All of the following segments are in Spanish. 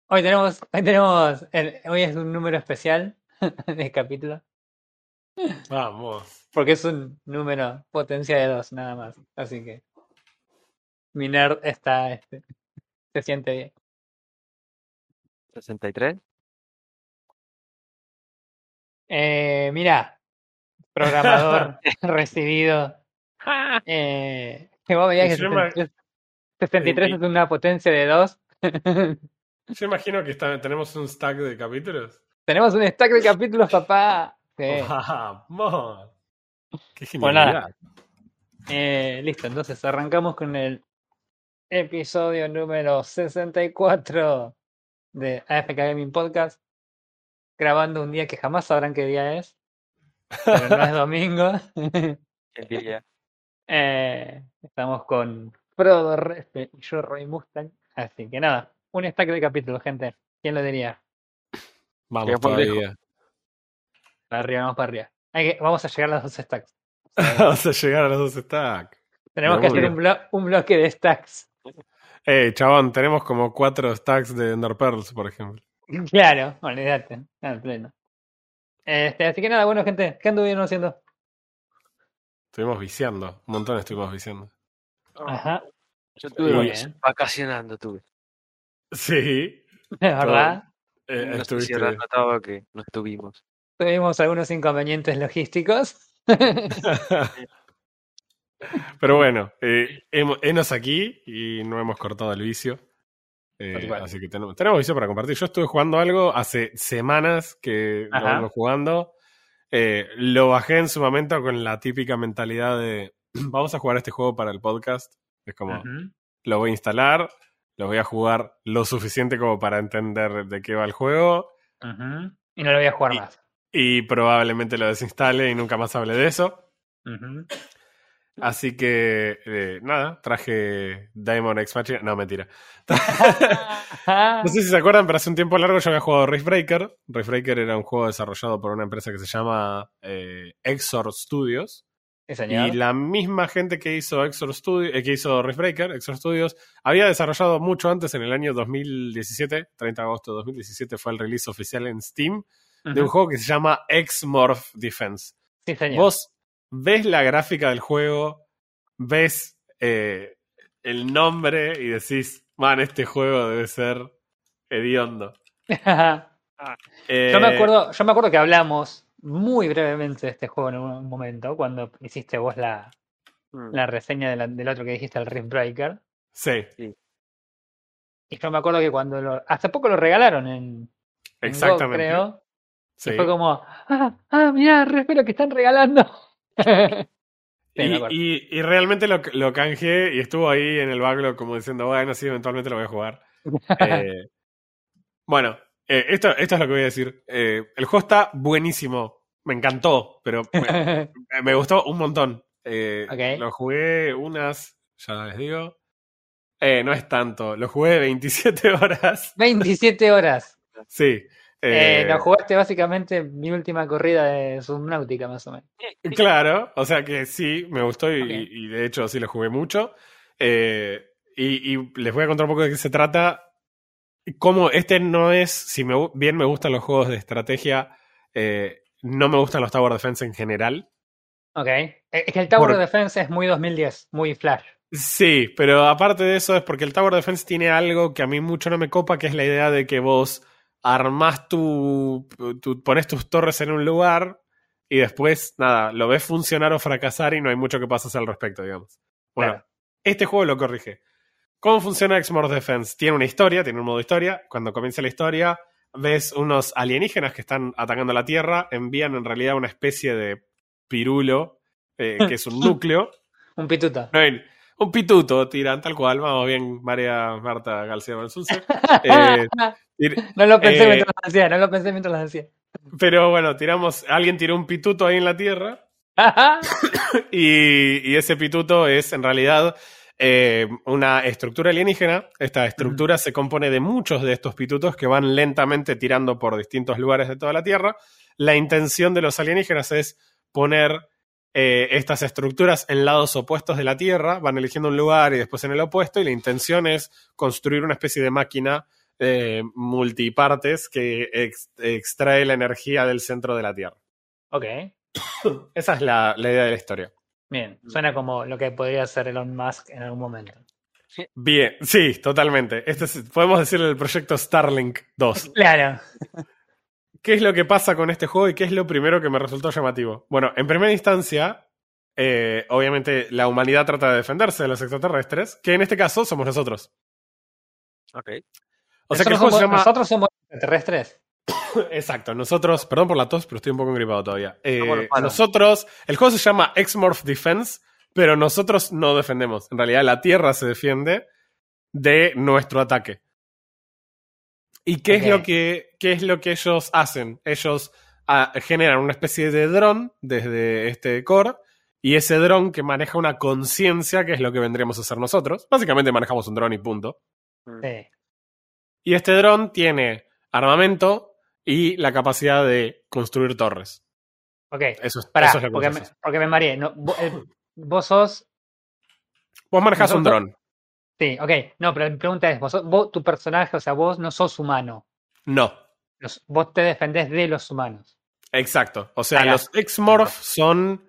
Hoy es un número especial de capítulo, Vamos. porque es un número potencia de 2 nada más. Así que mi nerd se siente bien. 63. Mira, programador recibido. Que vos veías que Yo, ima- 63 y- es una potencia de 2. yo imagino que tenemos un stack de capítulos. Tenemos un stack de capítulos, papá. Sí. Vamos. Qué Pues nada, genialidad. listo. Entonces arrancamos con el episodio número 64 de AFK Gaming Podcast. Grabando un día que jamás sabrán qué día es, pero no es domingo. El día. Estamos con Frodo Respe y yo, Roy Mustang. Así que nada, un stack de capítulos, gente. ¿Quién lo diría? Vamos Llegamos todavía. Para arriba, vamos para arriba. Vamos a llegar a los 2 stacks. Vamos a llegar a los 2 stacks. Tenemos que hacer un bloque de stacks. Chabón, tenemos como 4 stacks de Ender Pearls, por ejemplo. Claro, olvídate, al pleno. Así que nada, bueno, gente, ¿qué anduvieron haciendo? Estuvimos viciando. Un montón estuvimos viciando. Ajá. Yo estuve Muy bien. vacacionando, tuve. Sí. Es verdad. No sé si habrás notado que no estuvimos. Tuvimos algunos inconvenientes logísticos. Pero bueno, enos aquí y no hemos cortado el vicio. Así que tenemos vicio para compartir. Yo estuve jugando algo hace semanas que lo vengo jugando. Lo bajé en su momento con la típica mentalidad de vamos a jugar este juego para el podcast. Es como, lo voy a instalar, lo voy a jugar lo suficiente como para entender de qué va el juego. Y no lo voy a jugar más. Y probablemente lo desinstale y nunca más hable de eso. Así que, nada, traje Daemon X Machina. No, mentira. No sé si se acuerdan, pero hace un tiempo largo yo había jugado Rifebreaker. Rifebreaker era un juego desarrollado por una empresa que se llama Exor Studios. Y la misma gente que hizo que hizo Rifebreaker, Exor Studios, había desarrollado mucho antes, en el año 2017, 30 de agosto de 2017 fue el release oficial en Steam, de un juego que se llama X-Morph Defense. Sí, señor. Vos ves la gráfica del juego, ves el nombre y decís, man, este juego debe ser hediondo. Yo me acuerdo que hablamos muy brevemente de este juego en un momento, cuando hiciste vos la reseña del otro que dijiste, el Riftbreaker. Sí. Y yo me acuerdo que cuando hace poco lo regalaron en Exactamente. GOG, creo. Sí. Y fue como, mirá, espero que están regalando. Y realmente lo canjeé y estuvo ahí en el backlog como diciendo, bueno, sí, eventualmente lo voy a jugar. Bueno, esto es lo que voy a decir. El juego está buenísimo. Me encantó, pero me gustó un montón. Lo jugué ya les digo. No es tanto. Lo jugué 27 horas. 27 horas. Sí. Lo jugaste básicamente mi última corrida de Subnautica, más o menos. Claro, o sea que sí, me gustó y de hecho sí lo jugué mucho. Y les voy a contar un poco de qué se trata. Como no es, si bien me gustan los juegos de estrategia, no me gustan los Tower Defense en general. Ok. Es que el Tower Defense es muy 2010, muy Flash. Sí, pero aparte de eso es porque el Tower Defense tiene algo que a mí mucho no me copa, que es la idea de que vos armás pones tus torres en un lugar y después, nada, lo ves funcionar o fracasar y no hay mucho que pasas al respecto, digamos. Bueno, Este juego lo corrige. ¿Cómo funciona X-Morph Defense? Tiene una historia, tiene un modo historia. Cuando comienza la historia, ves unos alienígenas que están atacando la Tierra, envían en realidad una especie de pirulo, que es un núcleo. Un pituto. Un pituto tiran, tal cual. Vamos bien, María Marta García Balsunce. No lo pensé mientras lo decía, Pero bueno, alguien tiró un pituto ahí en la Tierra. y ese pituto es en realidad una estructura alienígena. Esta estructura se compone de muchos de estos pitutos que van lentamente tirando por distintos lugares de toda la Tierra. La intención de los alienígenas es poner estas estructuras en lados opuestos de la Tierra. Van eligiendo un lugar y después en el opuesto, y la intención es construir una especie de máquina multipartes que extrae la energía del centro de la Tierra. Ok. Esa es la idea de la historia. Bien, suena como lo que podría hacer Elon Musk en algún momento. Bien, sí, totalmente. Podemos decirle el proyecto Starlink 2. Claro. ¿Qué es lo que pasa con este juego y qué es lo primero que me resultó llamativo? Bueno, en primera instancia, obviamente la humanidad trata de defenderse de los extraterrestres, que en este caso somos nosotros. Ok. O sea que el juego se llama... ¿Nosotros somos extraterrestres? Exacto, nosotros... Perdón por la tos, pero estoy un poco engripado todavía. Bueno. Nosotros... El juego se llama Exmorph Defense, pero nosotros no defendemos. En realidad la Tierra se defiende de nuestro ataque. ¿Y qué es lo que ellos hacen? Ellos generan una especie de dron desde este core, y ese dron que maneja una conciencia, que es lo que vendríamos a hacer nosotros. Básicamente manejamos un dron y punto. Sí. Y este dron tiene armamento y la capacidad de construir torres. Ok. Eso es lo que porque me mareé. No, vos sos... Vos manejás un dron. Sí, ok. No, pero mi pregunta es, tu personaje, o sea, vos no sos humano. No. Vos te defendés de los humanos. Exacto. O sea, los Exmorph son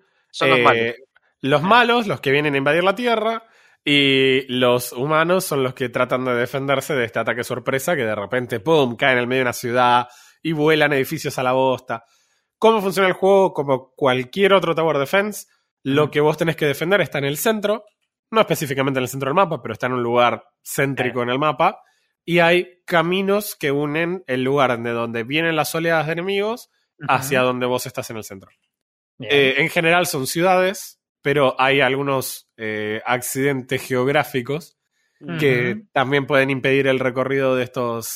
los malos, los que vienen a invadir la Tierra, y los humanos son los que tratan de defenderse de este ataque sorpresa que de repente, ¡pum!, cae en el medio de una ciudad y vuelan edificios a la bosta. ¿Cómo funciona el juego? Como cualquier otro Tower Defense, lo que vos tenés que defender está en el centro, no específicamente en el centro del mapa, pero está en un lugar céntrico en el mapa, y hay caminos que unen el lugar de donde vienen las oleadas de enemigos hacia donde vos estás en el centro. En general son ciudades, pero hay algunos accidentes geográficos que también pueden impedir el recorrido de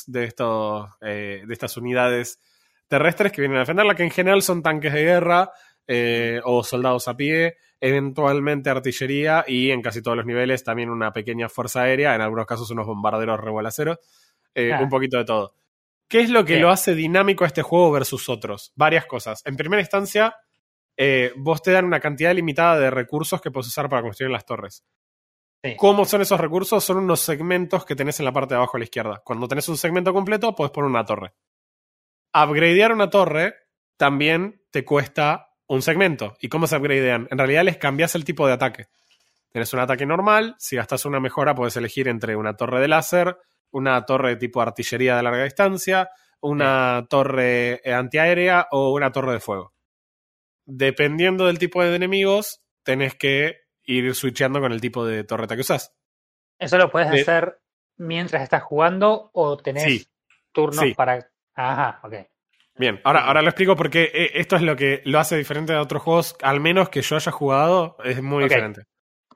estas unidades terrestres que vienen a defenderla, que en general son tanques de guerra o soldados a pie, eventualmente artillería y en casi todos los niveles también una pequeña fuerza aérea, en algunos casos unos bombarderos rebalaceros, un poquito de todo. ¿Qué es lo que lo hace dinámico a este juego versus otros? Varias cosas. En primera instancia, vos te dan una cantidad limitada de recursos que puedes usar para construir las torres. Sí. ¿Cómo son esos recursos? Son unos segmentos que tenés en la parte de abajo a la izquierda. Cuando tenés un segmento completo, podés poner una torre. Upgradear una torre también te cuesta un segmento. ¿Y cómo se upgradean? En realidad les cambias el tipo de ataque. Tenés un ataque normal, si gastas una mejora podés elegir entre una torre de láser, una torre de tipo artillería de larga distancia, una torre antiaérea o una torre de fuego. Dependiendo del tipo de enemigos, tenés que ir switchando con el tipo de torreta que usás. ¿Eso lo puedes hacer mientras estás jugando o tenés turnos para...? Ajá, ok. Bien, ahora lo explico porque esto es lo que lo hace diferente de otros juegos, al menos que yo haya jugado, es muy diferente.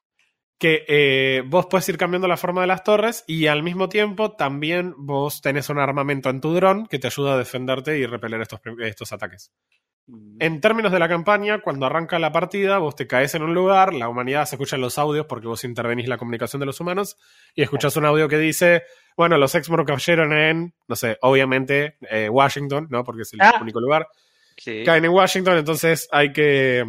Que vos podés ir cambiando la forma de las torres y al mismo tiempo también vos tenés un armamento en tu dron que te ayuda a defenderte y repeler estos ataques. En términos de la campaña, cuando arranca la partida, vos te caes en un lugar, la humanidad se escucha los audios porque vos intervenís la comunicación de los humanos y escuchás un audio que dice, bueno, los Exmorph cayeron en, no sé, obviamente Washington, ¿no? Porque es el único lugar. Sí. Caen en Washington, entonces hay que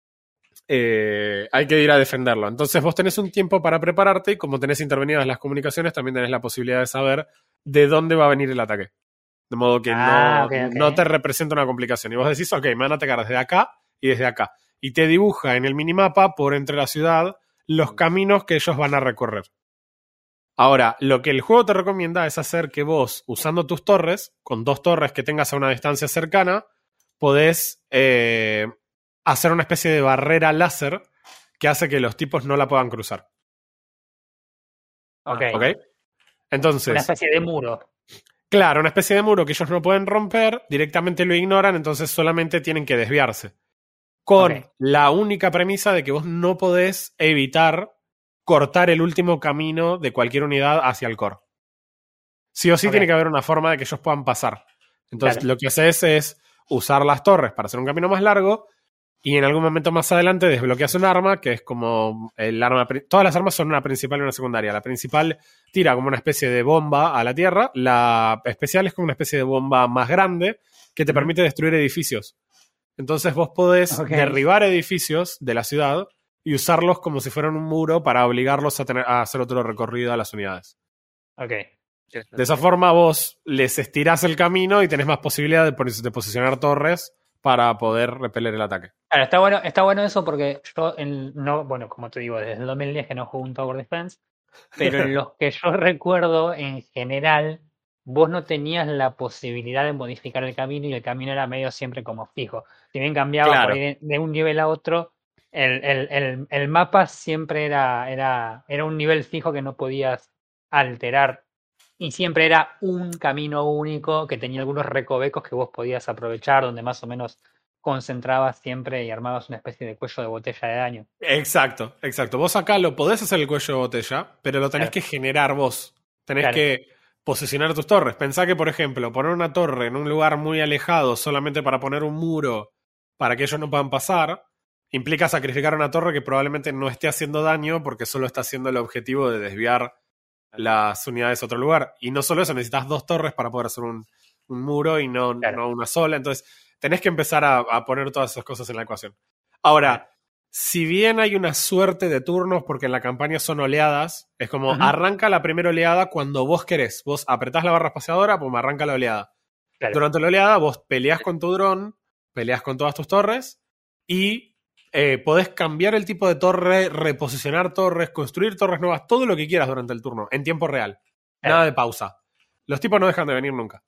ir a defenderlo. Entonces vos tenés un tiempo para prepararte y como tenés intervenidas las comunicaciones, también tenés la posibilidad de saber de dónde va a venir el ataque. De modo que no te representa una complicación. Y vos decís, ok, me van a atacar desde acá y desde acá. Y te dibuja en el minimapa, por entre la ciudad, los caminos que ellos van a recorrer. Ahora, lo que el juego te recomienda es hacer que vos, usando tus torres, con 2 torres que tengas a una distancia cercana, podés hacer una especie de barrera láser que hace que los tipos no la puedan cruzar. Ok. Entonces, una especie de muro. Claro, una especie de muro que ellos no pueden romper, directamente lo ignoran, entonces solamente tienen que desviarse. Con la única premisa de que vos no podés evitar cortar el último camino de cualquier unidad hacia el core. Sí o sí tiene que haber una forma de que ellos puedan pasar. Entonces lo que haces es usar las torres para hacer un camino más largo y en algún momento más adelante desbloqueas un arma que es como el arma... Todas las armas son una principal y una secundaria. La principal tira como una especie de bomba a la tierra. La especial es como una especie de bomba más grande que te permite destruir edificios. Entonces vos podés derribar edificios de la ciudad y usarlos como si fueran un muro para obligarlos a hacer otro recorrido a las unidades. Ok. De esa forma vos les estirás el camino y tenés más posibilidad de posicionar torres para poder repeler el ataque. Claro, está bueno eso porque yo, bueno, como te digo, desde el 2010 que no juego un Tower Defense, pero en los que yo recuerdo, en general, vos no tenías la posibilidad de modificar el camino y el camino era medio siempre como fijo. Si bien cambiaba por ahí de un nivel a otro, el mapa siempre era un nivel fijo que no podías alterar y siempre era un camino único que tenía algunos recovecos que vos podías aprovechar, donde más o menos concentrabas siempre y armabas una especie de cuello de botella de daño. Exacto. Vos acá lo podés hacer el cuello de botella, pero lo tenés que generar vos. Tenés que posicionar tus torres. Pensá que, por ejemplo, poner una torre en un lugar muy alejado solamente para poner un muro para que ellos no puedan pasar, implica sacrificar una torre que probablemente no esté haciendo daño porque solo está haciendo el objetivo de desviar las unidades a otro lugar. Y no solo eso, necesitas 2 torres para poder hacer un muro y no una sola. Entonces, tenés que empezar a poner todas esas cosas en la ecuación. Ahora, si bien hay una suerte de turnos, porque en la campaña son oleadas, es como arranca la primera oleada cuando vos querés. Vos apretás la barra espaciadora, pum, arranca la oleada. Claro. Durante la oleada, vos peleás con tu dron, peleás con todas tus torres y podés cambiar el tipo de torre, reposicionar torres, construir torres nuevas, todo lo que quieras durante el turno, en tiempo real. Nada de pausa. Los tipos no dejan de venir nunca.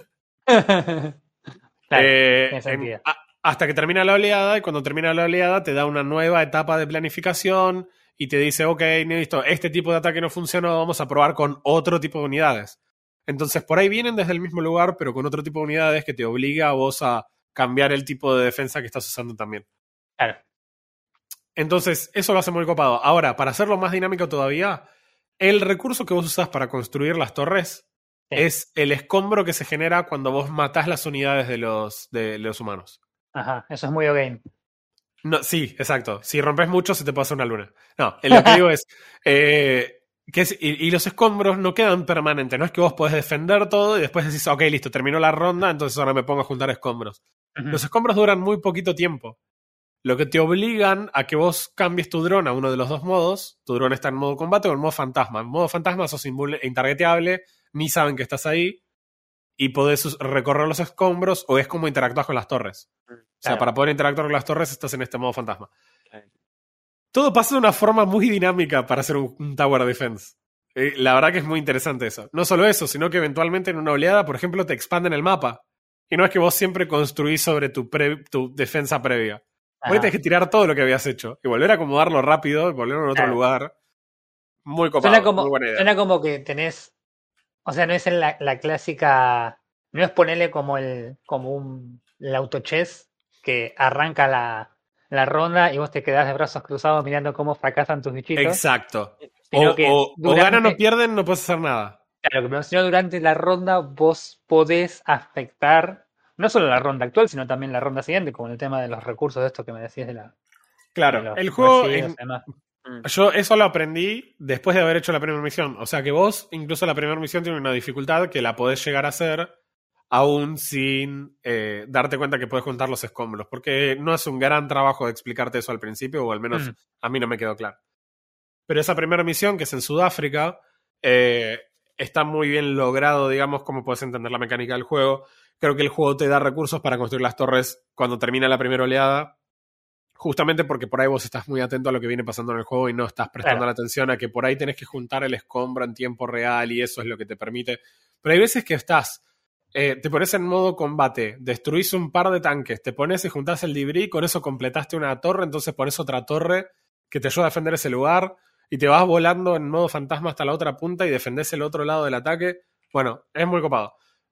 Hasta que termina la oleada, y cuando termina la oleada te da una nueva etapa de planificación y te dice, ok, listo, este tipo de ataque no funcionó, vamos a probar con otro tipo de unidades. Entonces por ahí vienen desde el mismo lugar, pero con otro tipo de unidades que te obliga a vos a cambiar el tipo de defensa que estás usando también. Claro. Entonces eso lo hace muy copado. Ahora, para hacerlo más dinámico todavía, el recurso que vos usás para construir las torres es el escombro que se genera cuando vos matás las unidades de los humanos. Ajá, eso es muy game. No, sí, exacto. Si rompes mucho se te puede hacer una luna. No, lo que digo es, y los escombros no quedan permanentes. No es que vos podés defender todo y después decís, ok, listo, terminó la ronda, entonces ahora me pongo a juntar escombros. Los escombros duran muy poquito tiempo. Lo que te obligan a que vos cambies tu dron a uno de los 2 modos. Tu dron está en modo combate o en modo fantasma. En modo fantasma sos intargeteable, ni saben que estás ahí y podés recorrer los escombros o es como interactúas con las torres. O sea, para poder interactuar con las torres estás en este modo fantasma. Todo pasa de una forma muy dinámica para hacer un Tower Defense. La verdad que es muy interesante eso. No solo eso, sino que eventualmente en una oleada, por ejemplo, te expanden el mapa. Y no es que vos siempre construís sobre tu defensa previa. Vos tenés que tirar todo lo que habías hecho y volver a acomodarlo rápido y volverlo en otro lugar. Muy copado, muy buena idea. Suena como que tenés... O sea, no es la clásica... No es ponerle como el autochess que arranca la ronda y vos te quedás de brazos cruzados mirando cómo fracasan tus bichitos. Exacto. O ganan o pierden, no puedes hacer nada. Claro, pero si no, durante la ronda vos podés afectar no solo la ronda actual, sino también la ronda siguiente, como el tema de los recursos de esto que me decías de la... Claro, el juego... Yo eso lo aprendí después de haber hecho la primera misión. O sea que vos, incluso la primera misión tiene una dificultad que la podés llegar a hacer aún sin darte cuenta que podés juntar los escombros. Porque no es un gran trabajo de explicarte eso al principio, o al menos a mí no me quedó claro. Pero esa primera misión, que es en Sudáfrica, está muy bien logrado, digamos, como puedes entender la mecánica del juego. Creo que el juego te da recursos para construir las torres cuando termina la primera oleada. Justamente porque por ahí vos estás muy atento a lo que viene pasando en el juego y no estás prestando la atención a que por ahí tenés que juntar el escombro en tiempo real y eso es lo que te permite. Pero hay veces que te pones en modo combate, destruís un par de tanques, te pones y juntás el debris, con eso completaste una torre, entonces pones otra torre que te ayuda a defender ese lugar y te vas volando en modo fantasma hasta la otra punta y defendés el otro lado del ataque. Bueno, es muy copado.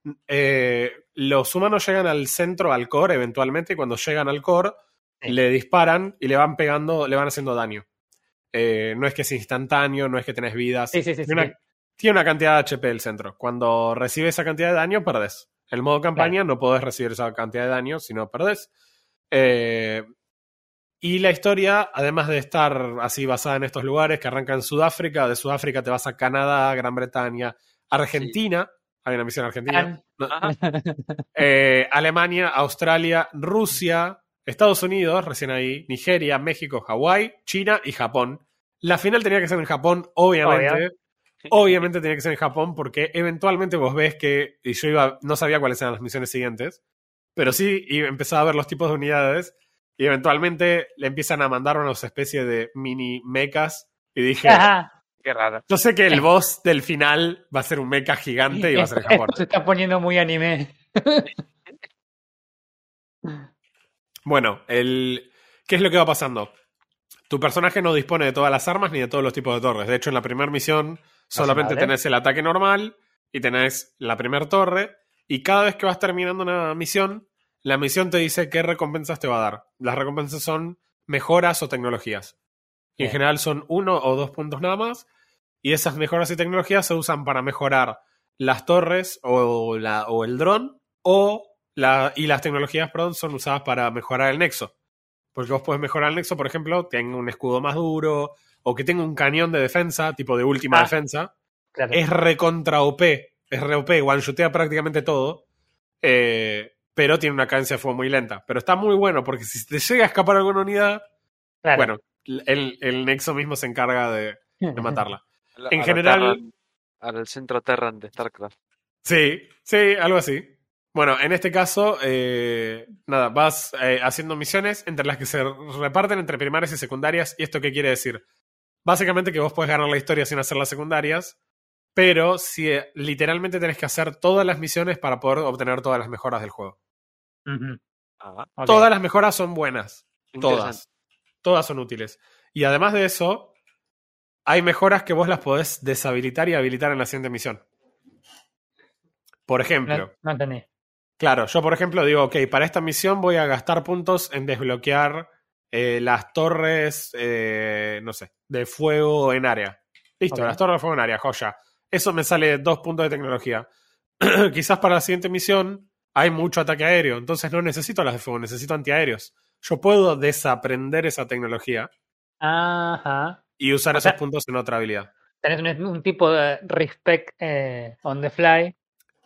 Los humanos llegan al centro, al core eventualmente, y cuando llegan al core le disparan y le van pegando, le van haciendo daño. No es que es instantáneo, no es que tenés vidas. Tiene una cantidad de HP el centro. Cuando recibe esa cantidad de daño, perdés. En el modo campaña no podés recibir esa cantidad de daño, sino perdés. Y la historia, además de estar así basada en estos lugares que arranca en Sudáfrica, de Sudáfrica te vas a Canadá, Gran Bretaña, Argentina. Hay una misión argentina. Alemania, Australia, Rusia, Estados Unidos, recién ahí, Nigeria, México, Hawái, China y Japón. La final tenía que ser en Japón, obviamente. Obviamente tenía que ser en Japón porque eventualmente vos ves que, y yo no sabía cuáles eran las misiones siguientes, pero sí y empezaba a ver los tipos de unidades y eventualmente le empiezan a mandar unas especies de mini mechas y dije, qué raro. Yo sé que el boss del final va a ser un mecha gigante y va a ser en Japón. Esto se está poniendo muy anime. Bueno, ¿qué es lo que va pasando? Tu personaje no dispone de todas las armas ni de todos los tipos de torres. De hecho, en la primera misión solamente tenés el ataque normal y tenés la primera torre. Y cada vez que vas terminando una misión, la misión te dice qué recompensas te va a dar. Las recompensas son mejoras o tecnologías. Y en general son 1 o 2 puntos nada más. Y esas mejoras y tecnologías se usan para mejorar las torres o el dron. Y las tecnologías, perdón, son usadas para mejorar el nexo. Porque vos podés mejorar el nexo, por ejemplo, tenga un escudo más duro o que tenga un cañón de defensa, tipo de última defensa. Claro. Es recontra OP. Es re OP, one-shotea prácticamente todo. Pero tiene una cadencia de fuego muy lenta. Pero está muy bueno porque si te llega a escapar alguna unidad, bueno, el nexo mismo se encarga de matarla. En general... Al centro Terran de StarCraft. Sí, algo así. Bueno, en este caso, nada, vas haciendo misiones entre las que se reparten entre primarias y secundarias. ¿Y esto qué quiere decir? Básicamente que vos podés ganar la historia sin hacer las secundarias, pero literalmente tenés que hacer todas las misiones para poder obtener todas las mejoras del juego. Okay. Todas las mejoras son buenas. Todas son útiles. Y además de eso, hay mejoras que vos las podés deshabilitar y habilitar en la siguiente misión. Por ejemplo... No entendí. Claro, yo por ejemplo digo, ok, para esta misión voy a gastar puntos en desbloquear las torres, no sé, de fuego en área. Listo, las torres de fuego en área, joya. Eso me sale 2 puntos de tecnología. Quizás para la siguiente misión hay mucho ataque aéreo, entonces no necesito las de fuego, necesito antiaéreos. Yo puedo desaprender esa tecnología y usar esos puntos en otra habilidad. Tenés un tipo de respect on the fly.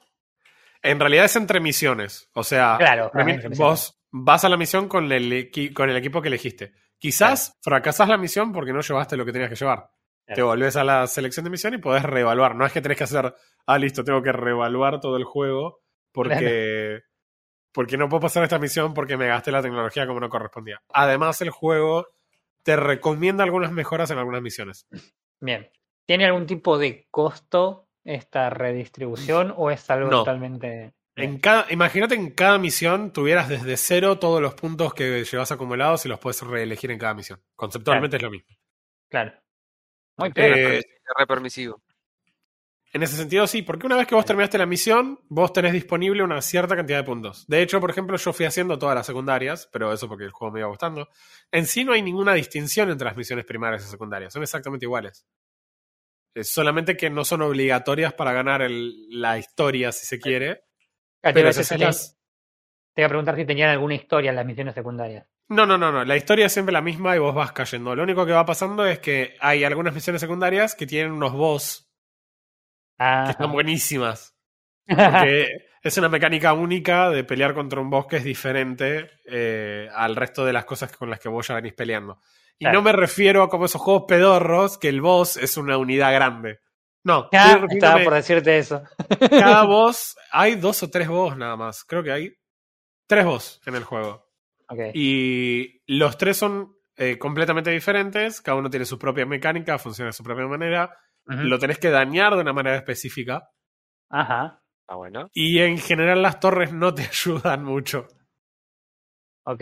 En realidad es entre misiones. O sea, claro, vos vas a la misión con el equipo que elegiste. Quizás fracasás la misión porque no llevaste lo que tenías que llevar. Te volvés a la selección de misión y podés reevaluar. No es que tenés que hacer, listo, tengo que reevaluar todo el juego porque no puedo pasar esta misión porque me gasté la tecnología como no correspondía. Además, el juego te recomienda algunas mejoras en algunas misiones. Bien. ¿Tiene algún tipo de costo esta redistribución o es algo totalmente... Imagínate en cada misión tuvieras desde 0 todos los puntos que llevas acumulados y los puedes reelegir en cada misión. Conceptualmente es lo mismo. Claro. Muy re permisivo. En ese sentido sí, porque una vez que vos terminaste la misión, vos tenés disponible una cierta cantidad de puntos. De hecho, por ejemplo, yo fui haciendo todas las secundarias, pero eso porque el juego me iba gustando. En sí no hay ninguna distinción entre las misiones primarias y secundarias, son exactamente iguales. Solamente que no son obligatorias para ganar la historia, si se quiere. Pero te iba a preguntar si tenían alguna historia en las misiones secundarias. No. La historia es siempre la misma y vos vas cayendo. Lo único que va pasando es que hay algunas misiones secundarias que tienen unos boss que están buenísimas. Porque es una mecánica única de pelear contra un boss que es diferente al resto de las cosas con las que vos ya venís peleando. Y no me refiero a como esos juegos pedorros que el boss es una unidad grande. No. Estaba por decirte eso. Cada boss, hay 2 o 3 boss nada más. Creo que hay 3 boss en el juego. Okay. Y los 3 son completamente diferentes. Cada uno tiene su propia mecánica, funciona de su propia manera. Lo tenés que dañar de una manera específica. Ajá. Bueno. Y en general las torres no te ayudan mucho. Ok.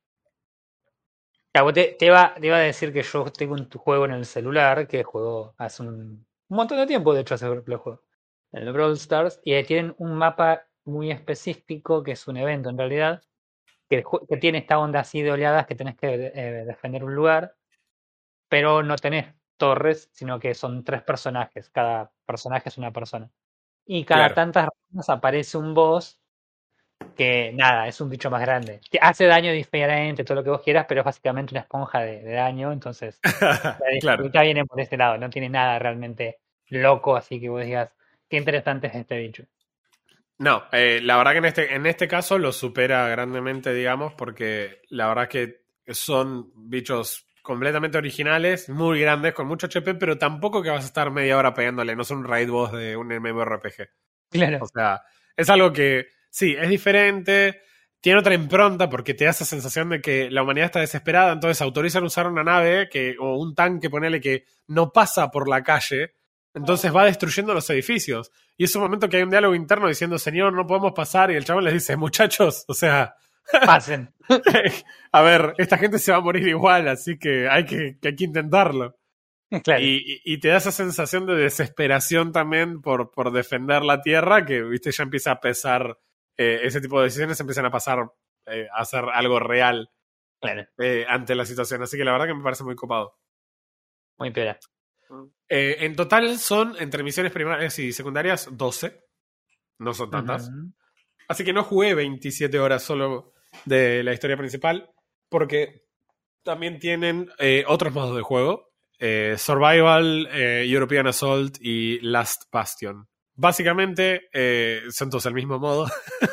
Te iba a decir que yo tengo un juego en el celular que juego hace un montón de tiempo, de hecho, hace el juego. El Brawl Stars. Y tienen un mapa muy específico, que es un evento en realidad, que tiene esta onda así de oleadas que tenés que defender un lugar, pero no tenés torres, sino que son 3 personajes. Cada personaje es una persona. Y cada tantas rondas aparece un boss que, nada, es un bicho más grande. Hace daño diferente, todo lo que vos quieras, pero es básicamente una esponja de daño. Entonces, la dificultad viene por ese lado. No tiene nada realmente loco, así que vos digas, qué interesante es este bicho. No, la verdad que en este caso lo supera grandemente, digamos, porque la verdad que son bichos completamente originales, muy grandes, con mucho HP, pero tampoco que vas a estar media hora pegándole, no son un raid boss de un MMORPG. Claro. O sea, es algo que, sí, es diferente, tiene otra impronta porque te da esa sensación de que la humanidad está desesperada, entonces autorizan usar una nave o un tanque, ponele, que no pasa por la calle, entonces va destruyendo los edificios. Y es un momento que hay un diálogo interno diciendo, señor, no podemos pasar, y el chabón les dice, muchachos, o sea... Pasen. A ver, esta gente se va a morir igual, así que hay que intentarlo. Claro. Y te da esa sensación de desesperación también por defender la tierra, que viste ya empieza a pesar, ese tipo de decisiones empiezan a pasar a ser algo real, Claro. ante la situación. Así que la verdad que me parece muy copado. Muy piola. En total son, entre misiones primarias y secundarias, 12. No son tantas. Así que no jugué 27 horas solo de la historia principal, porque también tienen otros modos de juego. Survival, European Assault y Last Bastion. Básicamente son todos el mismo modo.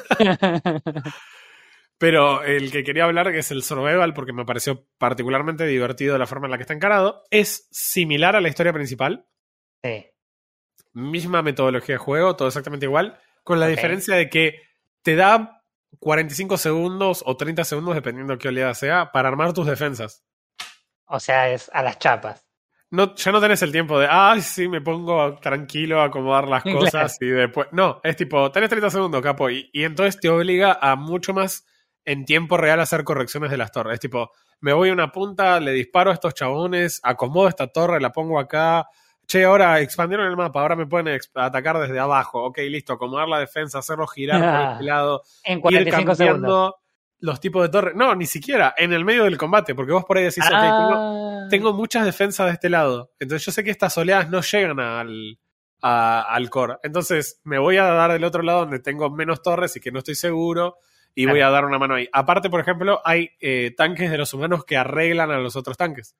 Pero el que quería hablar, que es el Survival, porque me pareció particularmente divertido la forma en la que está encarado, es similar a la historia principal. Sí. Misma metodología de juego, todo exactamente igual, con la diferencia de que te da 45 segundos o 30 segundos, dependiendo de qué oleada sea, para armar tus defensas. O sea, es a las chapas. No, ya no tenés el tiempo de, sí, me pongo tranquilo a acomodar las cosas y después... No, es tipo, tenés 30 segundos, capo, y entonces te obliga a mucho más en tiempo real hacer correcciones de las torres. Es tipo, me voy a una punta, le disparo a estos chabones, acomodo esta torre, la pongo acá. Che, ahora expandieron el mapa, ahora me pueden atacar desde abajo. Ok, listo, acomodar la defensa, hacerlo girar por este lado. En 45 segundos. Los tipos de torres. No, ni siquiera, en el medio del combate, porque vos por ahí decís, ok, tengo muchas defensas de este lado. Entonces yo sé que estas oleadas no llegan al core. Entonces me voy a dar del otro lado donde tengo menos torres y que no estoy seguro. Y voy a dar una mano ahí. Aparte, por ejemplo, hay tanques de los humanos que arreglan a los otros tanques.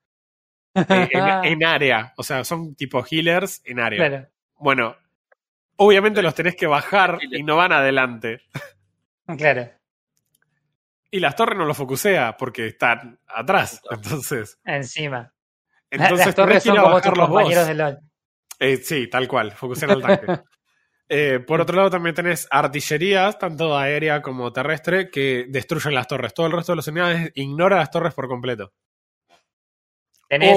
En área. O sea, son tipo healers en área. Claro. Bueno, obviamente los tenés que bajar y no van adelante. Claro. Y las torres no lo focusea porque están atrás. Entonces. Encima. Entonces las torres son como tus compañeros de LOL. Sí, tal cual. Focusean al tanque. Por otro lado, también tenés artillerías, tanto aérea como terrestre, que destruyen las torres. Todo el resto de las unidades ignora las torres por completo. Tenés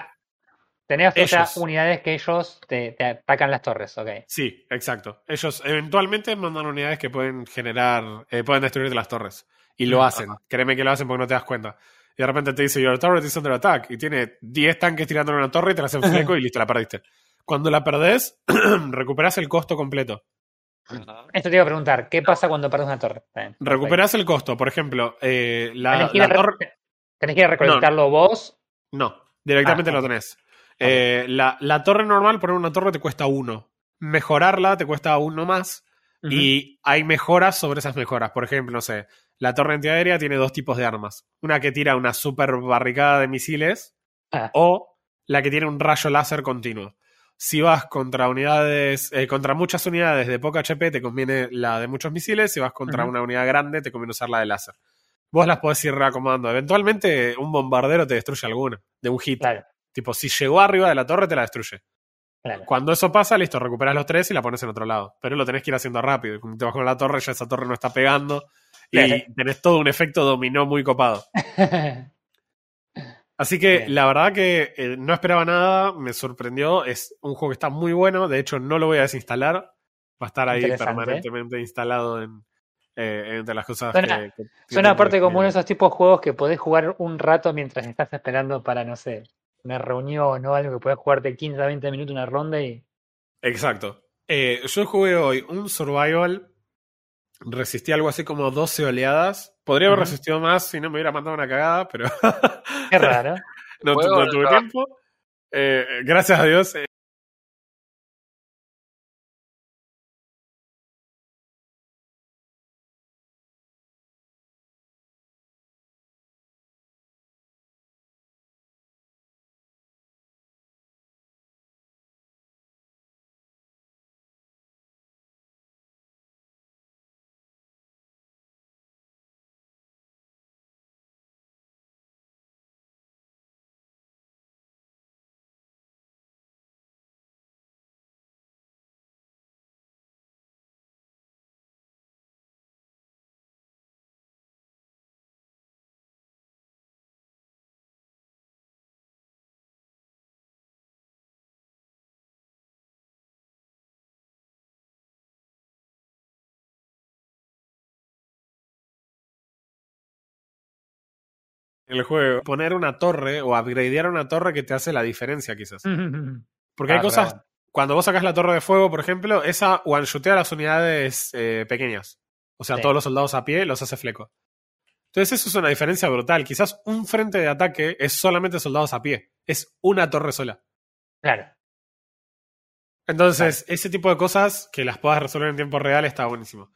o sea, unidades que ellos te atacan las torres, ok. Sí, exacto. Ellos eventualmente mandan unidades que pueden generar, pueden destruir las torres. Y lo hacen. Créeme que lo hacen porque no te das cuenta. Y de repente te dice, your turret is under attack. Y tiene 10 tanques tirando en una torre y te la hacen fleco y listo, la perdiste. Cuando la perdés, recuperás el costo completo. Esto te iba a preguntar, ¿qué pasa cuando perdes una torre? Recuperás el costo. Por ejemplo, ¿Tenés que ir a recolectarlo vos? No, directamente lo tenés. La torre normal, poner una torre te cuesta 1. Mejorarla te cuesta 1 más. Y hay mejoras sobre esas mejoras. Por ejemplo, no sé, la torre antiaérea tiene 2 tipos de armas. Una que tira una super barricada de misiles o la que tiene un rayo láser continuo. Si vas contra unidades, contra muchas unidades de poca HP, te conviene la de muchos misiles. Si vas contra una unidad grande, te conviene usar la de láser. Vos las podés ir reacomodando. Eventualmente, un bombardero te destruye alguna, de un hit. Claro. Tipo, si llegó arriba de la torre, te la destruye. Claro. Cuando eso pasa, listo, recuperas los 3 y la pones en otro lado. Pero lo tenés que ir haciendo rápido. Cuando te vas con la torre, ya esa torre no está pegando. Y tenés todo un efecto dominó muy copado. Así que la verdad que no esperaba nada, me sorprendió. Es un juego que está muy bueno. De hecho, no lo voy a desinstalar. Va a estar ahí permanentemente instalado entre las cosas que suena aparte como uno de esos tipos de juegos que podés jugar un rato mientras estás esperando para, no sé, una reunión o algo que podés jugarte 15 a 20 minutos una ronda y... Exacto. Yo jugué hoy un survival. Resistí algo así como 12 oleadas. Podría haber resistido más si no me hubiera mandado una cagada, pero... Qué raro. no tuve tiempo. Gracias a Dios. en el juego. Poner una torre o upgradear una torre que te hace la diferencia, quizás. Porque hay cosas... Bueno. Cuando vos sacás la torre de fuego, por ejemplo, esa one-shotea a las unidades pequeñas. O sea, Sí. todos los soldados a pie los hace fleco. Entonces eso es una diferencia brutal. Quizás un frente de ataque es solamente soldados a pie. Es una torre sola. Claro. Entonces, ese tipo de cosas que las puedas resolver en tiempo real está buenísimo.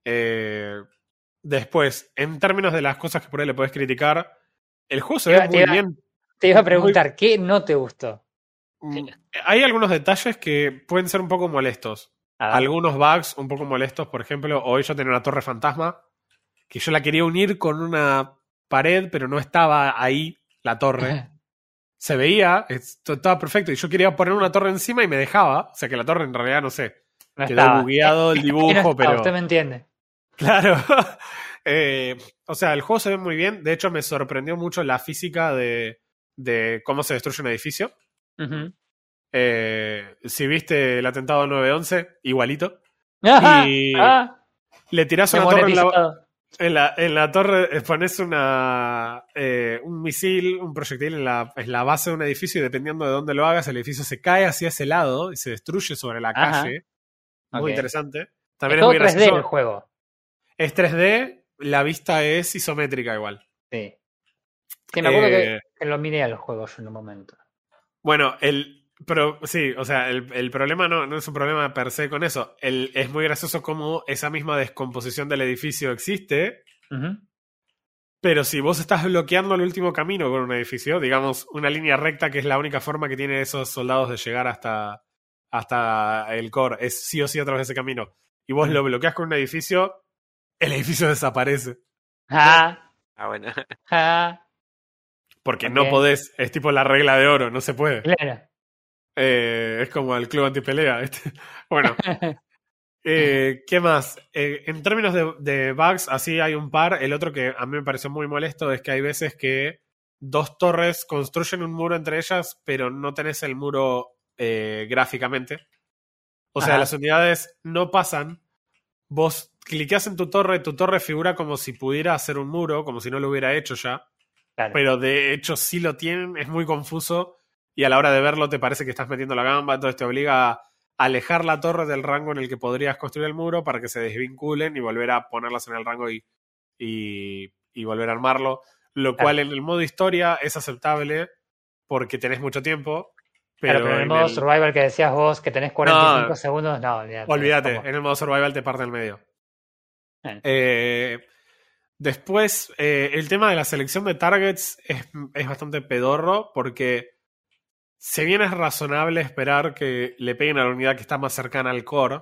Después, en términos de las cosas que por ahí le puedes criticar, el juego se ve muy bien. Te iba a preguntar, ¿qué no te gustó? Hay algunos detalles que pueden ser un poco molestos. Algunos bugs un poco molestos, por ejemplo, hoy yo tenía una torre fantasma que yo la quería unir con una pared, pero no estaba ahí la torre. Se veía, estaba perfecto, y yo quería poner una torre encima y me dejaba. O sea que la torre en realidad, no sé, No quedó estaba. bugueado el dibujo, pero... Usted me entiende. Claro. O sea, el juego se ve muy bien. De hecho, me sorprendió mucho la física de cómo se destruye un edificio. Si viste el atentado 9/11, igualito. Y le tirás una torre en la torre, pones un misil, un proyectil en la base de un edificio y dependiendo de dónde lo hagas, el edificio se cae hacia ese lado y se destruye sobre la calle. Muy interesante. También es muy gracioso. 3D el juego. Es 3D, la vista es isométrica igual. Sí. Sí, me acuerdo que lo miré al juego yo en un momento. Bueno, pero sí, o sea, el problema no es un problema per se con eso. Es muy gracioso cómo esa misma descomposición del edificio existe. Pero si vos estás bloqueando el último camino con un edificio, digamos, una línea recta que es la única forma que tienen esos soldados de llegar hasta el core, es sí o sí a través de ese camino. Y vos lo bloqueas con un edificio, el edificio desaparece. Bueno. Porque no podés, es tipo la regla de oro, no se puede. Claro. Es como el club antipelea. Bueno, ¿qué más? En términos de bugs, así hay un par. El otro que a mí me pareció muy molesto es que hay veces que dos torres construyen un muro entre ellas, pero no tenés el muro gráficamente. O sea, las unidades no pasan. Vos cliqueás en tu torre figura como si pudiera hacer un muro, como si no lo hubiera hecho ya. Claro. Pero de hecho sí lo tienen, es muy confuso. Y a la hora de verlo te parece que estás metiendo la gamba, entonces te obliga a alejar la torre del rango en el que podrías construir el muro para que se desvinculen y volver a ponerlas en el rango y volver a armarlo. Lo cual en el modo historia es aceptable porque tenés mucho tiempo. Pero en el modo survival que decías vos, que tenés 45 segundos, no. Olvídate, en el modo survival te parte el medio. Después, el tema de la selección de targets es bastante pedorro porque si bien es razonable esperar que le peguen a la unidad que está más cercana al core,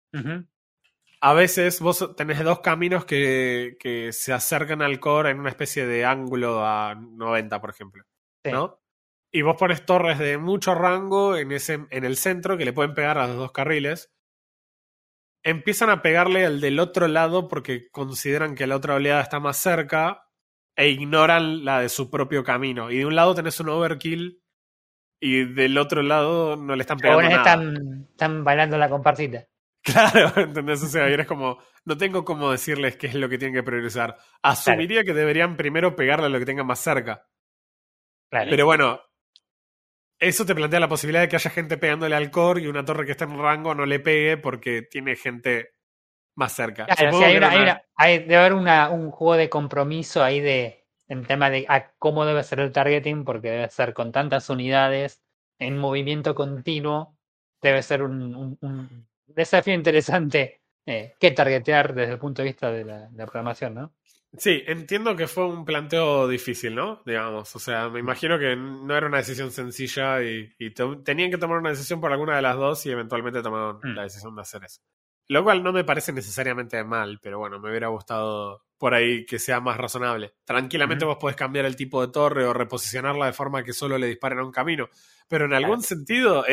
a veces vos tenés dos caminos que se acercan al core en una especie de ángulo a 90, por ejemplo. ¿No? Y vos pones torres de mucho rango en el centro que le pueden pegar a los dos carriles. Empiezan a pegarle al del otro lado porque consideran que la otra oleada está más cerca e ignoran la de su propio camino. Y de un lado tenés un overkill y del otro lado no le están pegando nada. Están bailando la comparsita. Claro, ¿entendés? O sea, eres como, no tengo cómo decirles qué es lo que tienen que priorizar. Asumiría que deberían primero pegarle a lo que tengan más cerca. Claro. Pero bueno, eso te plantea la posibilidad de que haya gente pegándole al core y una torre que está en rango no le pegue porque tiene gente más cerca. Claro, sí, debe haber un juego de compromiso ahí en tema de cómo debe ser el targeting, porque debe ser con tantas unidades en movimiento continuo, debe ser un desafío interesante que targetear desde el punto de vista de la programación, ¿no? Sí, entiendo que fue un planteo difícil, ¿no? Digamos, o sea, me imagino que no era una decisión sencilla y tenían que tomar una decisión por alguna de las dos y eventualmente tomaron la decisión de hacer eso. Lo cual no me parece necesariamente mal, pero bueno, me hubiera gustado por ahí que sea más razonable. Tranquilamente vos podés cambiar el tipo de torre o reposicionarla de forma que solo le disparen a un camino, pero en algún sentido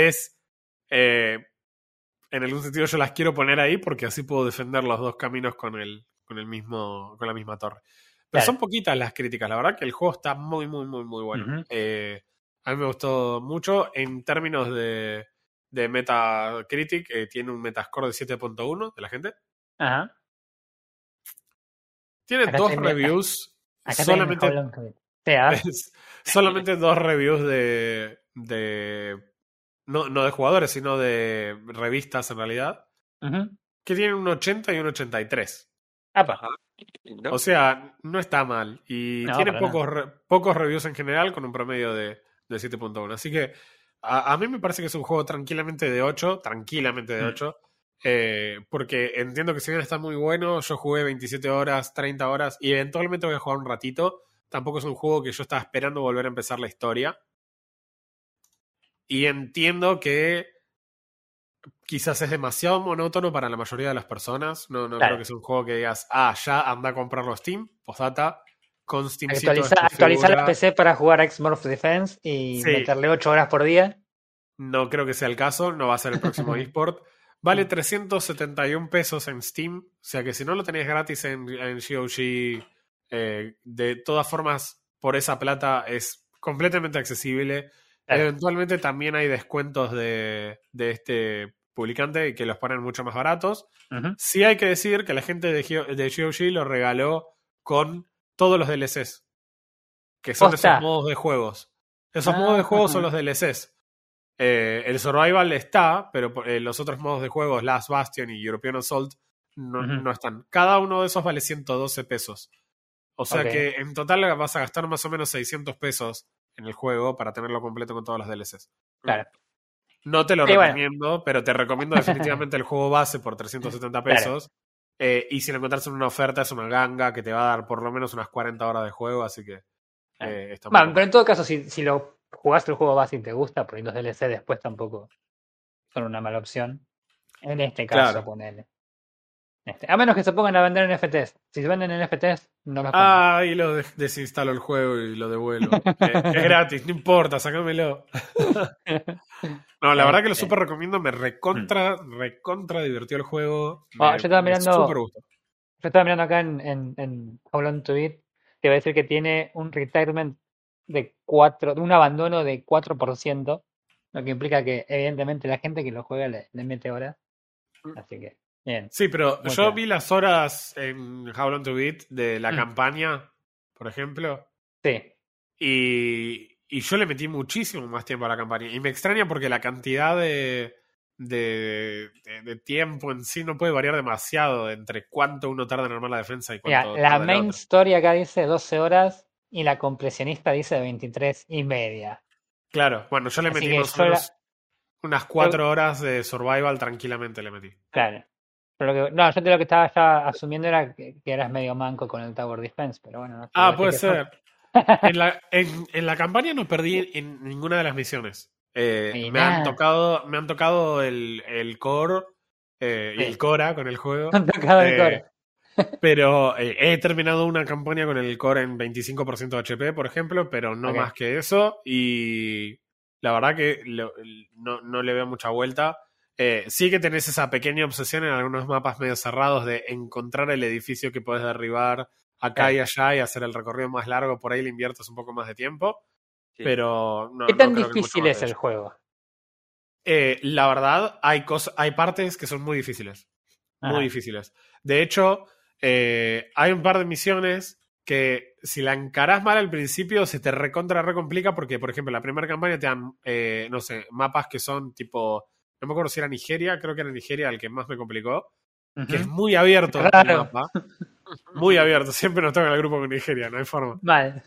en algún sentido yo las quiero poner ahí porque así puedo defender los dos caminos con la misma torre. Pero son poquitas las críticas, la verdad que el juego está muy, muy, muy, muy bueno. A mí me gustó mucho en términos de Metacritic, tiene un Metascore de 7.1 de la gente. Tiene dos reviews. Acá solamente Es solamente 2 reviews no de jugadores, sino de revistas en realidad, que tienen un 80 y un 83. Apa. O sea, no está mal. Y No, tiene para pocos reviews en general con un promedio de 7.1. Así que a mí me parece que es un juego tranquilamente de 8. Tranquilamente de 8. Porque entiendo que si bien está muy bueno, yo jugué 27 horas, 30 horas y eventualmente voy a jugar un ratito. Tampoco es un juego que yo estaba esperando volver a empezar la historia. Y entiendo que quizás es demasiado monótono para la mayoría de las personas. No Claro. creo que sea un juego que digas, ya anda a comprarlo Steam, postdata, con Steamcito Actualizar la PC para jugar a X-Morph Defense y Sí. meterle 8 horas por día. No creo que sea el caso, no va a ser el próximo eSport. Vale 371 pesos en Steam, o sea que si no lo tenías gratis en GOG, de todas formas, por esa plata es completamente accesible. Claro. Eventualmente también hay descuentos de este publicante que los ponen mucho más baratos. Sí hay que decir que la gente de GOG lo regaló con todos los DLCs, que son esos modos de juegos. Esos modos de juegos son los DLCs. El Survival está, pero los otros modos de juegos, Last Bastion y European Assault, no están. Cada uno de esos vale 112 pesos. O sea que en total vas a gastar más o menos 600 pesos en el juego para tenerlo completo con todos los DLCs. Claro. No te lo recomiendo, pero te recomiendo definitivamente el juego base por 370 pesos. Y si lo encuentras en una oferta, es una ganga que te va a dar por lo menos unas 40 horas de juego, así que está muy pero en todo caso, si lo jugaste el juego base y te gusta, por ahí los DLC después tampoco son una mala opción. En este caso, ponele. A menos que se pongan a vender NFTs. Si se venden NFTs, no los compro. Y lo desinstalo el juego y lo devuelvo. Es gratis, no importa, sácamelo. No, la verdad que lo súper recomiendo. Me recontra divirtió el juego. Yo estaba mirando acá en How Long to Beat. Te voy a decir que tiene un retirement de un abandono de 4%, lo que implica que evidentemente la gente que lo juega le mete horas. Así que, bien. Sí, pero yo vi las horas en How Long to Beat de la campaña, por ejemplo. Sí. Y yo le metí muchísimo más tiempo a la campaña. Y me extraña porque la cantidad de tiempo en sí no puede variar demasiado entre cuánto uno tarda en armar la defensa y cuánto Mira, la main story acá dice 12 horas y la compresionista dice 23 y media. Claro, bueno, yo le metí más o menos unas 4 horas de survival tranquilamente le metí. Claro. Pero yo lo que estaba ya asumiendo era que eras medio manco con el Tower Defense, pero bueno. No puede ser. En la campaña no perdí en ninguna de las misiones. Me han tocado el core y el Cora con el juego. Me han tocado el core. Pero he terminado una campaña con el core en 25% de HP, por ejemplo, pero no más que eso. Y la verdad que no le veo mucha vuelta. Sí que tenés esa pequeña obsesión en algunos mapas medio cerrados de encontrar el edificio que podés derribar acá y allá y hacer el recorrido más largo. Por ahí le inviertes un poco más de tiempo. Sí. Pero no. ¿Qué tan difícil es el juego? La verdad, hay partes que son muy difíciles. Muy difíciles. De hecho, hay un par de misiones que si la encarás mal al principio se te recomplica porque, por ejemplo, la primera campaña te dan, no sé, mapas que son tipo, no me acuerdo si era Nigeria, creo que era Nigeria el que más me complicó, que es muy abierto el mapa. Muy abierto, siempre nos toca el grupo con Nigeria, no hay forma. Vale.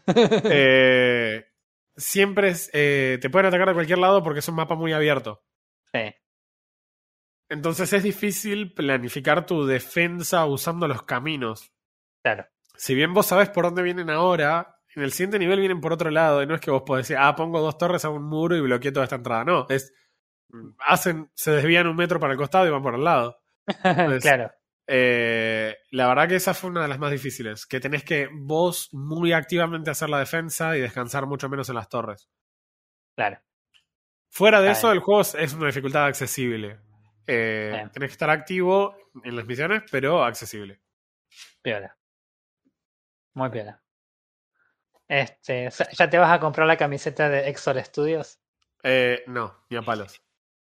Siempre te pueden atacar de cualquier lado porque es un mapa muy abierto. Sí. Entonces es difícil planificar tu defensa usando los caminos. Claro. Si bien vos sabés por dónde vienen ahora, en el siguiente nivel vienen por otro lado. Y no es que vos podés decir, pongo 2 torres a un muro y bloqueé toda esta entrada. No, se desvían 1 metro para el costado y van por el lado. Entonces, claro. La verdad que esa fue una de las más difíciles. Que tenés que vos muy activamente hacer la defensa y descansar mucho menos en las torres. Claro. Fuera de eso, el juego es una dificultad accesible. Tenés que estar activo en las misiones, pero accesible. Piola. Muy piola. ¿Ya te vas a comprar la camiseta de Exor Studios? No, ni a palos.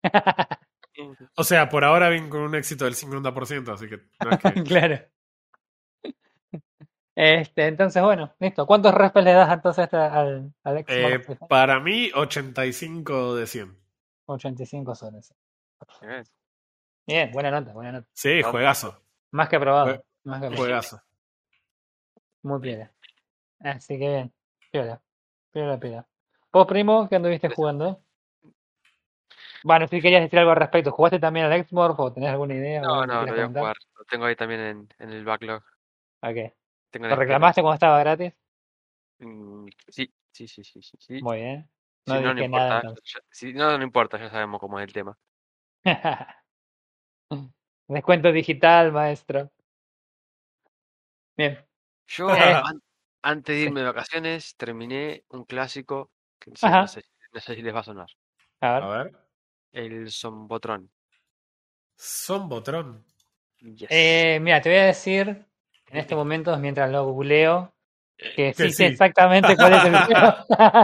O sea, por ahora vienen con un éxito del 50%, así que no es que... Claro. Entonces, bueno, listo. ¿Cuántos respes le das entonces al Xbox? Para mí, 85 de 100. 85 soles. Bien. Bien, buena nota, buena nota. Sí, juegazo. Más que aprobado. Más que aprobado. Juegazo. Muy piola. Así que bien. Piola. Piola, piola. ¿Vos, primo, qué anduviste jugando? Bueno, si querías decir algo al respecto, ¿jugaste también al Xbox o tenés alguna idea o No, algo que no, quieras lo voy a comentar? jugar. Lo tengo ahí también en el backlog. ¿A qué? Tengo la ¿Lo espera. reclamaste cuando estaba gratis? Sí, sí, sí, sí, sí, sí. Muy bien. Si No no, no dije nada importa. entonces. Si no, no importa, ya sabemos cómo es el tema. Descuento digital, maestro. Bien. Yo, Eh, antes de sí. irme de vacaciones, terminé un clásico que Ajá. no sé si les va a sonar. A A ver. ver. El Zombotrón. Son Botrón. Yes. Mira, te voy a decir en este momento, mientras lo googleo, que Que sí sé sí. exactamente cuál es el juego.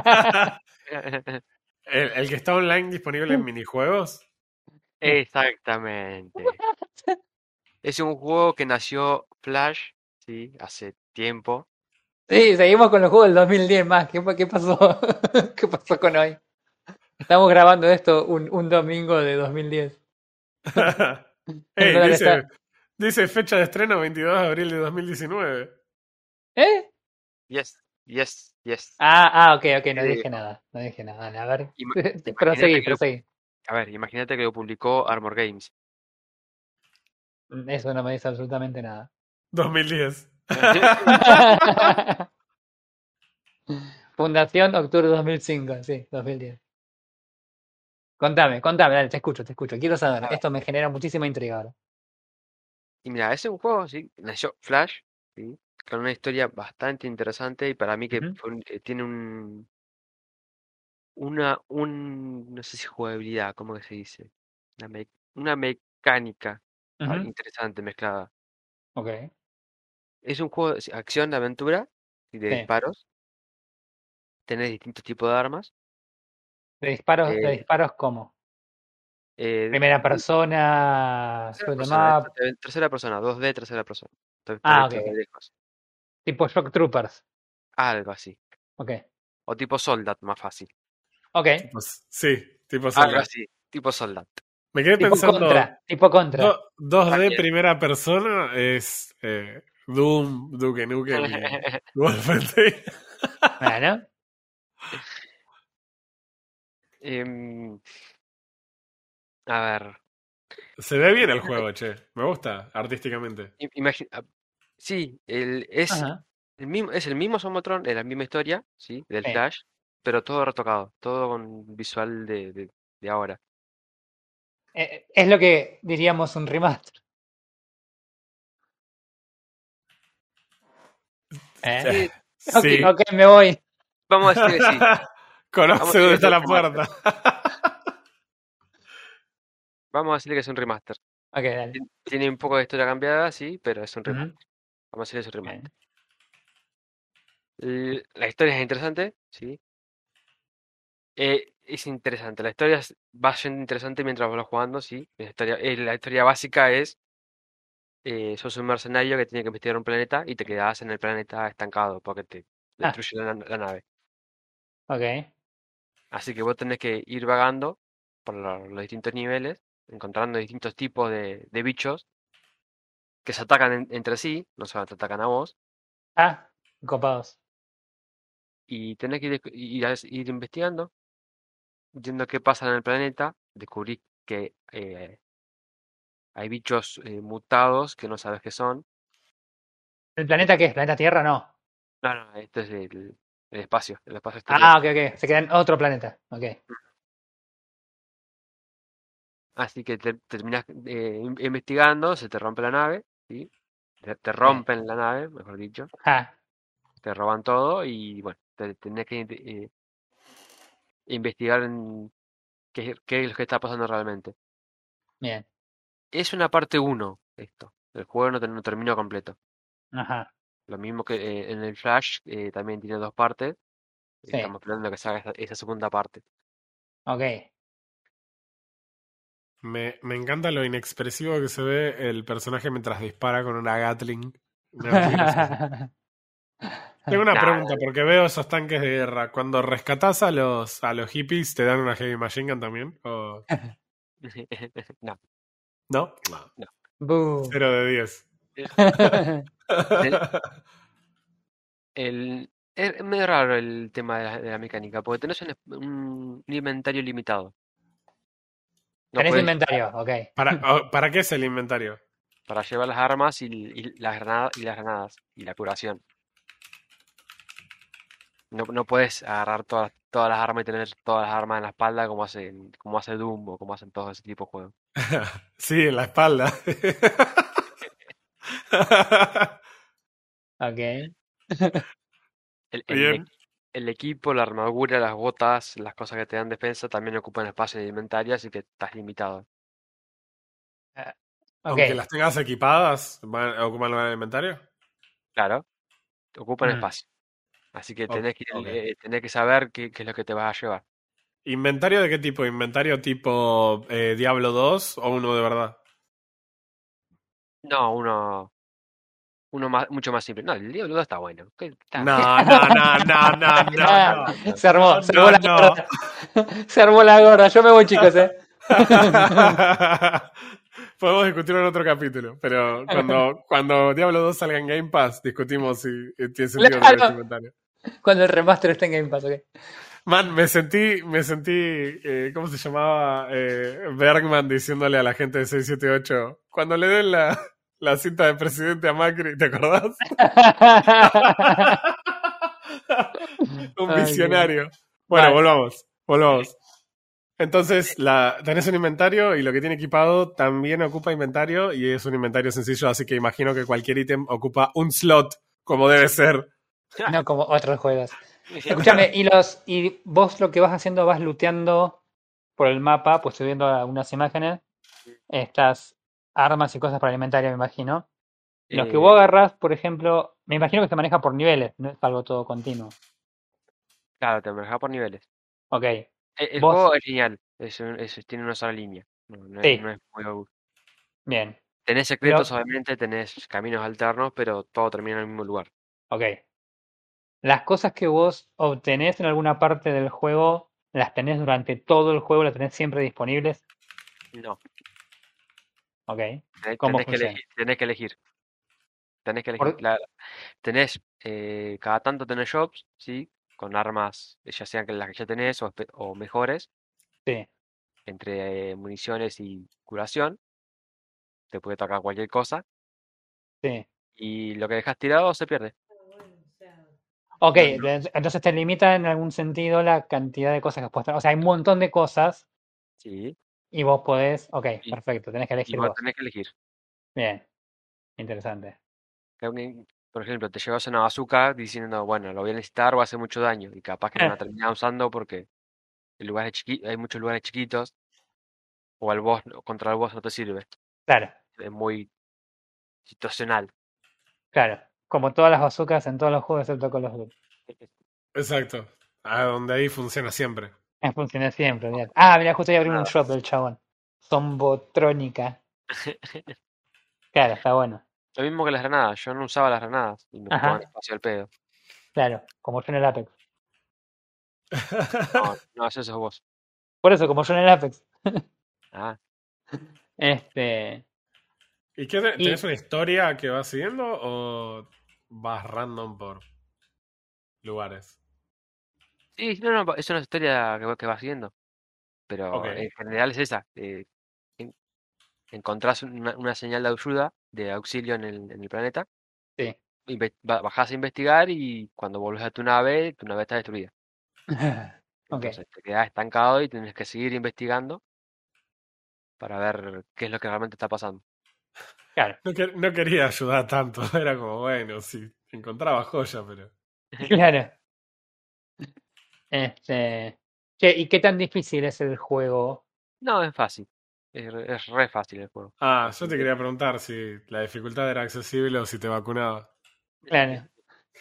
El que está online disponible en minijuegos. Exactamente. Es un juego que nació Flash, sí, hace tiempo. Sí, seguimos con los juegos del 2010 más. ¿Qué pasó? ¿Qué pasó con hoy? Estamos grabando esto un domingo de 2010. El Hey, dólar está... dice fecha de estreno 22 de abril de 2019. ¿Eh? Yes, yes, yes. Ok, no Sí, dije nada. No dije nada. A ver, Imagínate proseguí, que lo, proseguí. a ver, imagínate que lo publicó Armor Games. Eso no me dice absolutamente nada. 2010. Fundación, octubre de 2005, sí, 2010. Contame, dale, te escucho. Quiero saber. A ver, Esto me genera muchísima intriga ahora. y mira, ese es un juego, sí, nació Flash, sí, con una historia bastante interesante y para mí que Ujú, tiene no sé si jugabilidad, ¿cómo que se dice? Una mecánica ujú, interesante mezclada. ok, Es un juego de acción, de aventura y de sí. disparos. Tenés distintos tipos de armas. De Eh, disparos cómo? Primera de persona, tercera shoot 'em persona, up. tercera persona, 2D, tercera persona. Está Ok, visto de ok. lejos. Tipo Shock Troopers. Algo así. Ok, O tipo Soldat, más fácil. ok. Sí, tipo Algo Soldat. así, tipo Soldat. Me quedé Tipo contra, pensando, tipo contra. 2D También. primera persona es Doom, Duke Nukem y Wolfenstein. Bueno, Em, a ver. Se ve bien el Imagínate, juego, che. Me gusta artísticamente. sí, ajá, es el mismo Zomotron, es la misma historia, sí, del sí. Flash, pero todo retocado, todo con visual de ahora. Es lo que diríamos un remaster. ¿Eh? Sí, Ok, Sí. ok, me voy. vamos a decir que sí, vamos a Conoce decir dónde que es está un la remaster. puerta. Vamos a decir que es un remaster. Ok, dale. Tiene un poco de historia cambiada, sí, pero es un Ujú, remaster. Vamos a decir que es un bien. remaster. La historia es interesante, sí. Es interesante. Va siendo interesante mientras vas jugando, sí. La historia básica es, sos un mercenario que tiene que investigar un planeta y te quedas en el planeta estancado porque te Ah, destruye la nave. ok. Así que vos tenés que ir vagando por los distintos niveles, encontrando distintos tipos de bichos que se atacan entre sí, no solo te atacan a vos, Ah, copados. y tenés que ir investigando, viendo qué pasa en el planeta, descubrís que hay bichos mutados que no sabes qué son. ¿El planeta qué es? ¿Planeta Tierra? No. No, no, esto es el espacio exterior. Ah, ok. Se queda en otro planeta. Ok. Así que terminás investigando, se te rompe la nave, ¿sí? Te Sí. rompen la nave, mejor dicho, Ah, te roban todo y bueno, tenés que investigar qué es lo que está pasando realmente. bien. Es una parte uno esto. El juego no terminó completo. Ajá. Lo mismo que en el Flash también tiene dos partes. Sí. Estamos esperando que se haga esa segunda parte. Ok. Me encanta lo inexpresivo que se ve el personaje mientras dispara con una Gatling. Me re gracioso. Tengo una Nah, pregunta, porque veo esos tanques de guerra. Cuando rescatás a los hippies, ¿te dan una heavy machine gun también? ¿O no, no? No. no. Boo. 0 de 10. Te- es medio raro el tema de la mecánica, porque tenés un inventario limitado. No Tenés puedes inventario, ok. ¿Para qué es el inventario? para llevar las armas y las granadas y la curación. No puedes agarrar todas las armas y tener todas las armas en la espalda como hace Doom o como hacen todos ese tipo de juegos. Sí, en la espalda. Ok. El, el, e- Bien. el equipo, la armadura, las botas, las cosas que te dan defensa también ocupan espacio en el inventario, así que estás limitado. Ah, Aunque ok. las tengas equipadas, ¿ocupan lugar en el inventario? Claro, ocupan Mm. espacio. Así que Ok. tenés que saber qué es lo que te vas a llevar. ¿Inventario de qué tipo? ¿Inventario tipo Diablo 2 o uno de verdad? No, mucho más simple. No, el Diablo 2 está bueno. No, no, no, no, no, no, Ah, no. se No, armó no, la no. gorda. Se armó la gorda. Yo me voy, chicos, Podemos discutirlo en otro capítulo, pero cuando Diablo 2 salga en Game Pass, discutimos si tiene sentido tener este Claro. inventario. Cuando el remaster esté en Game Pass, ok. Man, me sentí, ¿cómo se llamaba? Bergman diciéndole a la gente de 678, cuando le den la cinta de presidente a Macri, ¿te acordás? Un Ok. visionario. Bueno, Mal. volvamos. Entonces, tenés un inventario y lo que tiene equipado también ocupa inventario y es un inventario sencillo, así que imagino que cualquier ítem ocupa un slot, como debe ser. No como otros juegos. Escúchame, y vos lo que vas haciendo, vas looteando por el mapa, pues estoy viendo algunas imágenes, estas armas y cosas para el inventario, me imagino. Los que vos Eh, agarrás, por ejemplo, me imagino que se maneja por niveles, no es algo todo continuo. claro, te manejas por niveles. Ok. El Vos, juego es lineal, tiene una sola línea. sí, No es muy. bien. Tenés Lo, secretos, obviamente, tenés caminos alternos, pero todo termina en el mismo lugar. ok. Las cosas que vos obtenés en alguna parte del juego, las tenés durante todo el juego, las tenés siempre disponibles. No, Ok. ¿Cómo tenés que funciona? elegir, tenés que elegir, tenés que elegir. Por- Cada tanto tenés shops, ¿sí? Con armas, ya sean que las que ya tenés o mejores, sí, entre municiones y curación, te puede tocar cualquier cosa, sí. y lo que dejas tirado se pierde. Ok, No, no, entonces te limita en algún sentido la cantidad de cosas que puedes tener. O sea, hay un montón de cosas sí, y vos podés. Ok, y, perfecto, tenés que y elegir vos vos. tenés que elegir. Bien, interesante. Por ejemplo, te llevas una bazooka diciendo, bueno, lo voy a necesitar o hace mucho daño, y capaz que no la terminás usando porque hay muchos lugares chiquitos, o contra el boss no te sirve. Claro, Es muy situacional. claro. Como todas las bazookas en todos los juegos excepto con los Duty. Exacto. A donde ahí funciona siempre. Funciona siempre, olvidate. Ah, mira, justo ahí abrí un Nada. shop del chabón. Zombotrónica. Claro, está bueno. Lo mismo que las granadas, yo no usaba las granadas y me ocupaban Ajá, espacio al pedo. claro, como yo en el Apex. No, no, eso sos vos. Por eso, como yo en el Apex. Ah, Este. ¿Y qué tenés Y una historia que vas siguiendo o vas random por lugares? sí, no, es una historia que va siguiendo, pero Ok. en general es esa. En- Encontrás una señal de ayuda, de auxilio en el planeta, sí. bajás a investigar y cuando volvés a tu nave está destruida. Ok, Entonces te quedás estancado y tienes que seguir investigando para ver qué es lo que realmente está pasando. claro, No quería ayudar tanto. Era como, bueno, sí, encontraba joya, pero. claro. Este. Che, ¿y qué tan difícil es el juego? No, es fácil. Es re fácil el juego. Ah, yo Así te que, quería preguntar si la dificultad era accesible o si te vacunaba. Claro.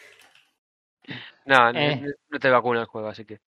no, Eh, no te vacuna el juego, así que.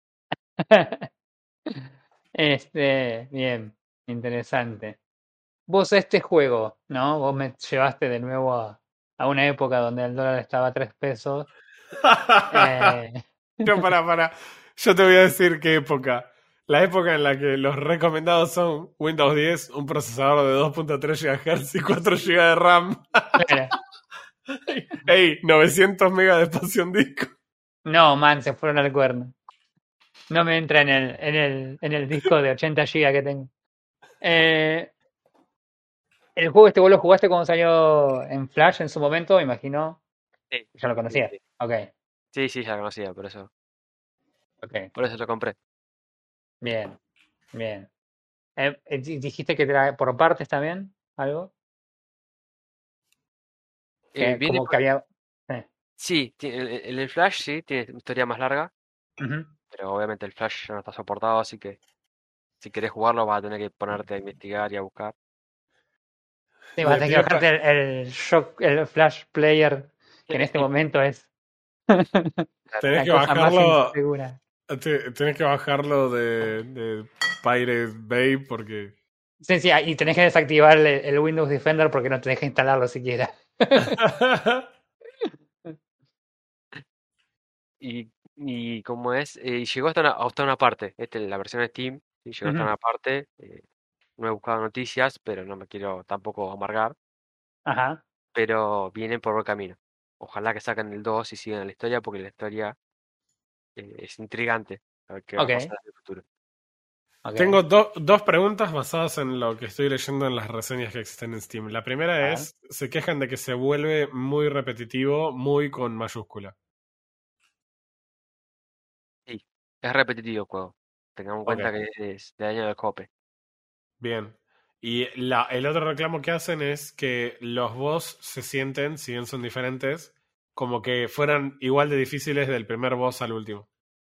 bien, interesante. Vos este juego, ¿no? Vos me llevaste de nuevo a una época donde el dólar estaba a 3 pesos No, para. Yo te voy a decir qué época. La época en la que los recomendados son Windows 10, un procesador de 2.3 GHz y 4 GB de RAM. Claro. ¡Ey! 900 megas de espacio en disco. No, man, se fueron al cuerno. No me entra en el disco de 80 GB que tengo. El juego vos lo jugaste cuando salió en Flash en su momento, me imagino. Sí, Ya lo sí, conocías. sí. Ok, Sí, ya lo conocía, ok. por eso lo compré. Bien, bien. Dijiste que trae por partes también, algo. Que Viene como que había. sí, el Flash sí, tiene historia más larga, Ujú. pero obviamente el Flash ya no está soportado, así que si querés jugarlo vas a tener que ponerte a investigar y a buscar. Sí, vas a Le tener que pido bajarte el Flash Player, que en este momento es tenés la que cosa más bajarlo. insegura. Tenés que bajarlo de Pirate Bay porque. Sí, sí, y tenés que desactivar el Windows Defender porque no tenés que instalarlo siquiera. Y como es, y llegó hasta una parte, la versión de Steam, y llegó hasta Ujú. una parte, no he buscado noticias, pero no me quiero tampoco amargar, Ajá, pero vienen por buen camino. Ojalá que saquen el 2 y sigan la historia, porque la historia es intrigante, a ver qué va a ok, pasar en el futuro. ok. Tengo dos preguntas basadas en lo que estoy leyendo en las reseñas que existen en Steam. La primera A ver. es, se quejan de que se vuelve muy repetitivo, muy con mayúscula. Sí, es repetitivo el juego. Tengamos en Ok, cuenta que es de año de cope. bien. Y el otro reclamo que hacen es que los boss se sienten, si bien son diferentes, como que fueran igual de difíciles del primer boss al último.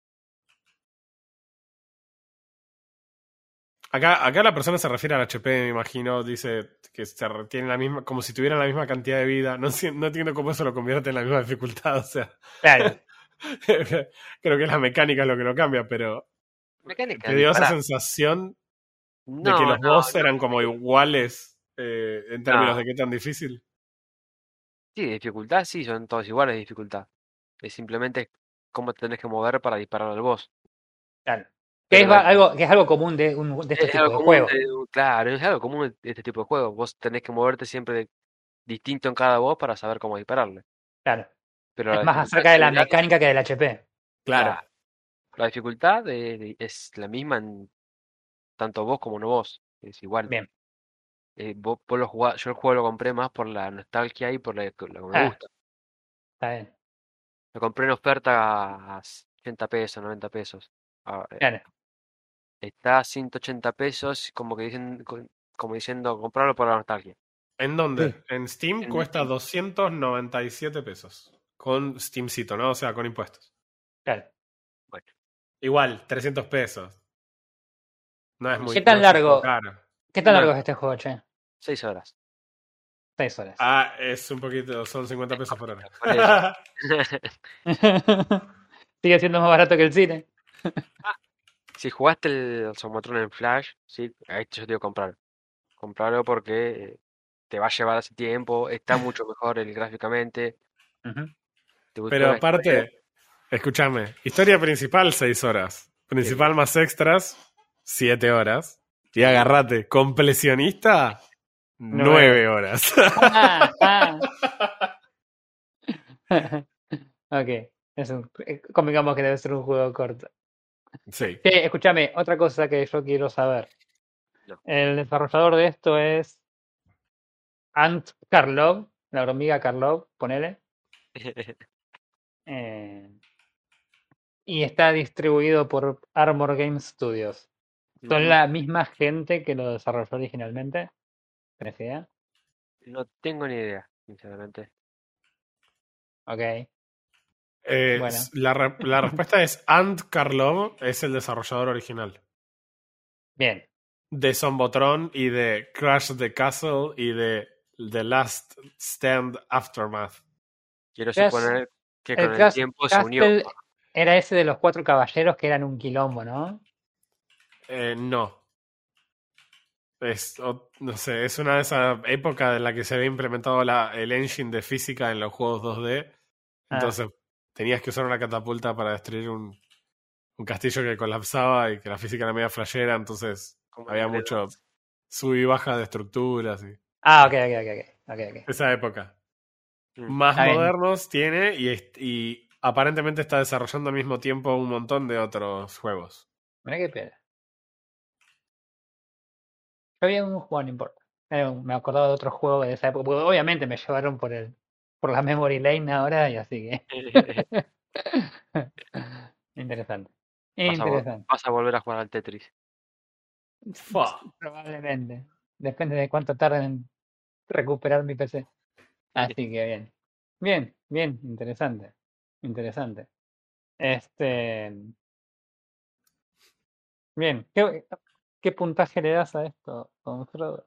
Acá la persona se refiere al HP, me imagino, dice que tiene la misma, como si tuvieran la misma cantidad de vida. No, no entiendo cómo eso lo convierte en la misma dificultad, o sea. Claro. Creo que la mecánica es lo que lo cambia, pero Mecánica, te dio esa disparar. sensación de que No, los boss eran como no. iguales en términos No. de qué tan difícil. Sí, de dificultad sí, son todos iguales de dificultad. Es simplemente cómo te tenés que mover para disparar al boss. Claro. Pero Que es algo común de estos es algo tipos de común juegos. claro, es algo común de este tipo de juegos. Vos tenés que moverte siempre distinto en cada boss para saber cómo dispararle. Claro. Pero Es la más dificultad acerca de la general, mecánica que del HP. Claro. claro, la dificultad es la misma en tanto vos como no vos. Es igual. Bien. Vos lo jugás, yo el juego lo compré más por la nostalgia y por lo que me Ah, gusta. está bien. Lo compré en oferta a 80 pesos, 90 pesos. Ah, Claro. está a 180 pesos, como que dicen, como diciendo, comprarlo por la nostalgia. ¿En Sí. dónde? En Steam En cuesta Steam, 297 pesos. Con Steamcito, ¿no? O sea, con impuestos. Claro. bueno, Igual, 300 pesos. ¿Qué No tan es un juego largo? caro. ¿Qué tan no largo es es este juego, che? 6 horas. 6 horas. Ah, es un poquito, son 50 Es pesos por hora. cortito, por eso. Sigue siendo más barato que el cine. Si jugaste el Zomotron en Flash, sí, ahí yo te digo comprar. Comprarlo porque te va a llevar ese tiempo, está mucho mejor gráficamente, Ujú. te gustó Pero la historia. aparte, escúchame, historia principal 6 horas. Bien. Principal más extras, 7 horas. Y agarrate, completionista, 9. 9 horas. Ah, ah. Ok. Convengamos que debe ser un juego corto. Sí. Escúchame, otra cosa que yo quiero saber. No. El desarrollador de esto es Ant Karlov, la hormiga Karlov, ponele. Eh, y está distribuido por Armor Game Studios. ¿Son Ujú. la misma gente que lo desarrolló originalmente? ¿Tenés idea? No tengo ni idea, sinceramente. Ok, bueno, La respuesta es Ant Karlov es el desarrollador original. bien. De Zombotron y de Crash the Castle y de The Last Stand Aftermath. Quiero Crash- suponer que el con el Crash tiempo se unió. Castle era ese de los 4 caballeros que eran un quilombo, ¿no? No. No sé, es una de esas épocas en la que se había implementado el engine de física en los juegos 2D. Ah, Entonces tenías que usar una catapulta para destruir un castillo que colapsaba y que la física era media flashera, entonces Como había el mucho Play sub y baja de estructuras. Y Ok. esa época. 2. Más Está bien. modernos tiene y aparentemente está desarrollando al mismo tiempo un montón de otros juegos. Mirá qué pena. Yo había un juego, no importa. Me acordaba de otros juegos de esa época, porque obviamente me llevaron por la memory lane ahora y así que. Interesante. Interesante. Vas a volver a jugar al Tetris. Fua. Probablemente. Depende de cuánto tarden en recuperar mi PC. Así que bien. Bien, interesante. Interesante. Bien. ¿Qué puntaje le das a esto, don Frodo?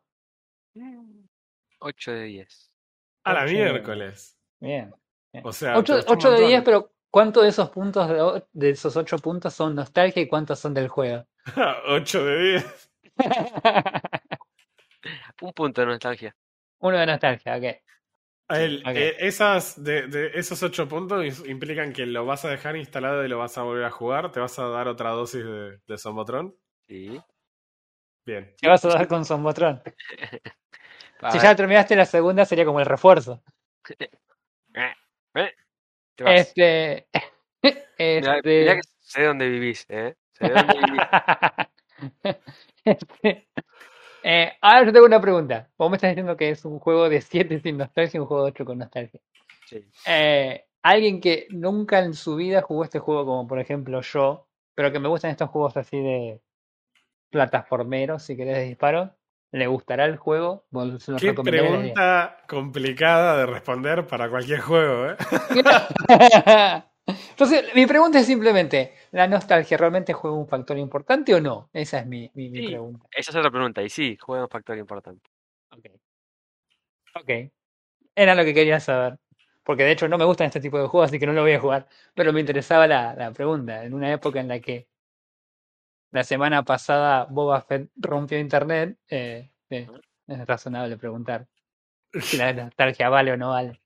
8 de 10. A la 8 de... miércoles. Bien. O sea, te 8, gustó un de 10, montón. pero ¿cuántos de esos puntos, de esos 8 puntos son nostalgia y cuántos son del juego? 8 de 10. Un punto de nostalgia. Uno de nostalgia, ok. Ok. Esos 8 puntos implican que lo vas a dejar instalado y lo vas a volver a jugar. Te vas a dar otra dosis de Zombotrón. Sí. Bien. Te vas a dar con Zombotrón. A Si ver. ya terminaste la segunda, sería como el refuerzo. Te vas. Este. Mirá que sé dónde vivís, ¿eh? Sé dónde vivís. Este, ahora yo tengo una pregunta. Vos me estás diciendo que es un juego de 7 sin nostalgia y un juego de 8 con nostalgia. Sí. Alguien que nunca en su vida jugó este juego, como por ejemplo yo, pero que me gustan estos juegos así de plataformeros, si querés, de disparo, ¿le gustará el juego? ¿Vos se lo Qué recomendarías? pregunta complicada de responder para cualquier juego, ¿eh? Entonces, mi pregunta es simplemente, ¿la nostalgia realmente juega un factor importante o no? Esa es mi Sí, pregunta. esa es otra pregunta. Y sí, juega un factor importante. Ok, ok. Era lo que quería saber. Porque de hecho no me gustan este tipo de juegos, así que no lo voy a jugar. Pero me interesaba la pregunta. En una época en la que la semana pasada Boba Fett rompió internet, es razonable preguntar si la nostalgia vale o no vale.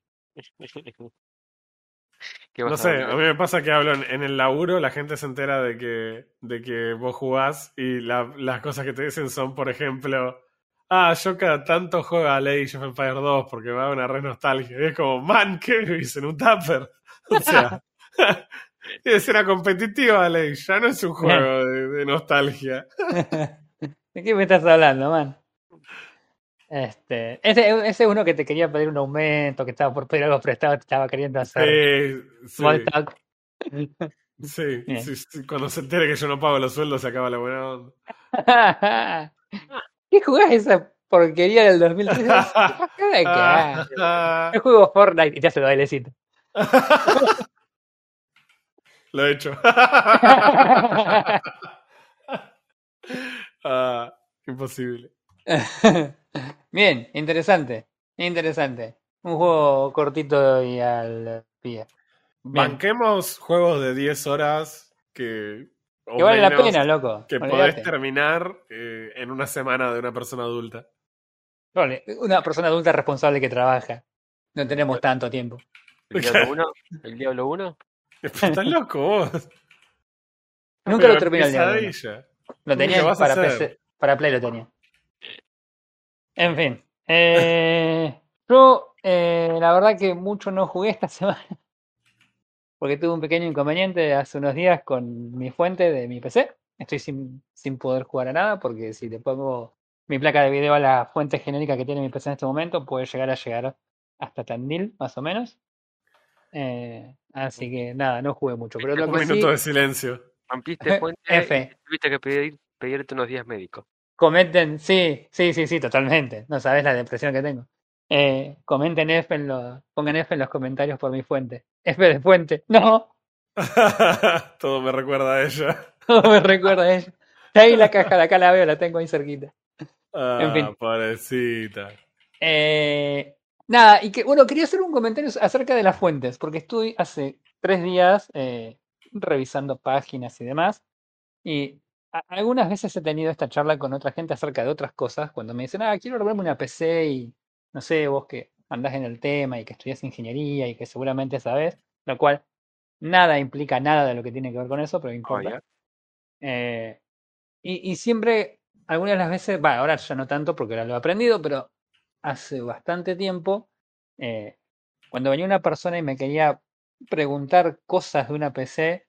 ¿Qué No vas a sé, a hablar? mí me pasa que hablo en el laburo, la gente se entera de que vos jugás y las cosas que te dicen son, por ejemplo, yo cada tanto juego a Age of Empires 2 porque me da una re nostalgia. Y es como, man, ¿qué vivís en un tupper? O sea, es una competitiva Age, ya no es un Bien. juego de nostalgia. ¿De qué me estás hablando, man? Ese es uno que te quería pedir un aumento, que estaba por pedir algo prestado, te estaba queriendo hacer Sí, small sí, talk. sí, Bien. sí, sí. Cuando se entere que yo no pago los sueldos se acaba la buena onda. ¿Qué jugás esa porquería del 2013? Acá de acá. Yo juego Fortnite y te hace el bailecito. Lo he hecho. Imposible. Bien, interesante. Interesante. Un juego cortito y al pie. Bien. Banquemos juegos de 10 horas o Que vale la menos pena, loco. que podés Olvídate. terminar en una semana de una persona adulta. Vale, una persona adulta responsable que trabaja. No tenemos tanto tiempo. ¿El Diablo 1? ¿El Diablo 1? Estás loco vos. Nunca lo Pero en terminé el Diablo 1. pesadilla. Lo ¿Cómo que tenía lo vas a para hacer? PC, para Play lo tenía. En fin. Yo, la verdad que mucho no jugué esta semana. Porque tuve un pequeño inconveniente hace unos días con mi fuente de mi PC. Estoy sin poder jugar a nada porque si le pongo mi placa de video a la fuente genérica que tiene mi PC en este momento, puede llegar hasta Tandil, más o menos. Así que nada, no jugué mucho. Pero lo Un que minuto de sí, silencio. Rompiste fuente y F, tuviste que pedirte unos días médicos. comenten, sí, totalmente. No sabes la depresión que tengo. Comenten F pongan F en los comentarios por mi fuente. F de fuente. No. Todo me recuerda a ella. No me recuerda a ella. Está ahí la caja, de acá la veo, la tengo ahí cerquita. En fin. Pobrecita. Nada, y que bueno, quería hacer un comentario acerca de las fuentes, porque estuve hace 3 días revisando páginas y demás, y algunas veces he tenido esta charla con otra gente acerca de otras cosas, cuando me dicen, quiero armarme una PC y no sé, vos que andás en el tema y que estudias ingeniería y que seguramente sabés, lo cual nada implica nada de lo que tiene que ver con eso, pero no Oh, importa. ya. Y siempre, algunas de las veces, bueno, ahora ya no tanto porque ahora lo he aprendido, pero hace bastante tiempo, eh, cuando venía una persona y me quería preguntar cosas de una PC,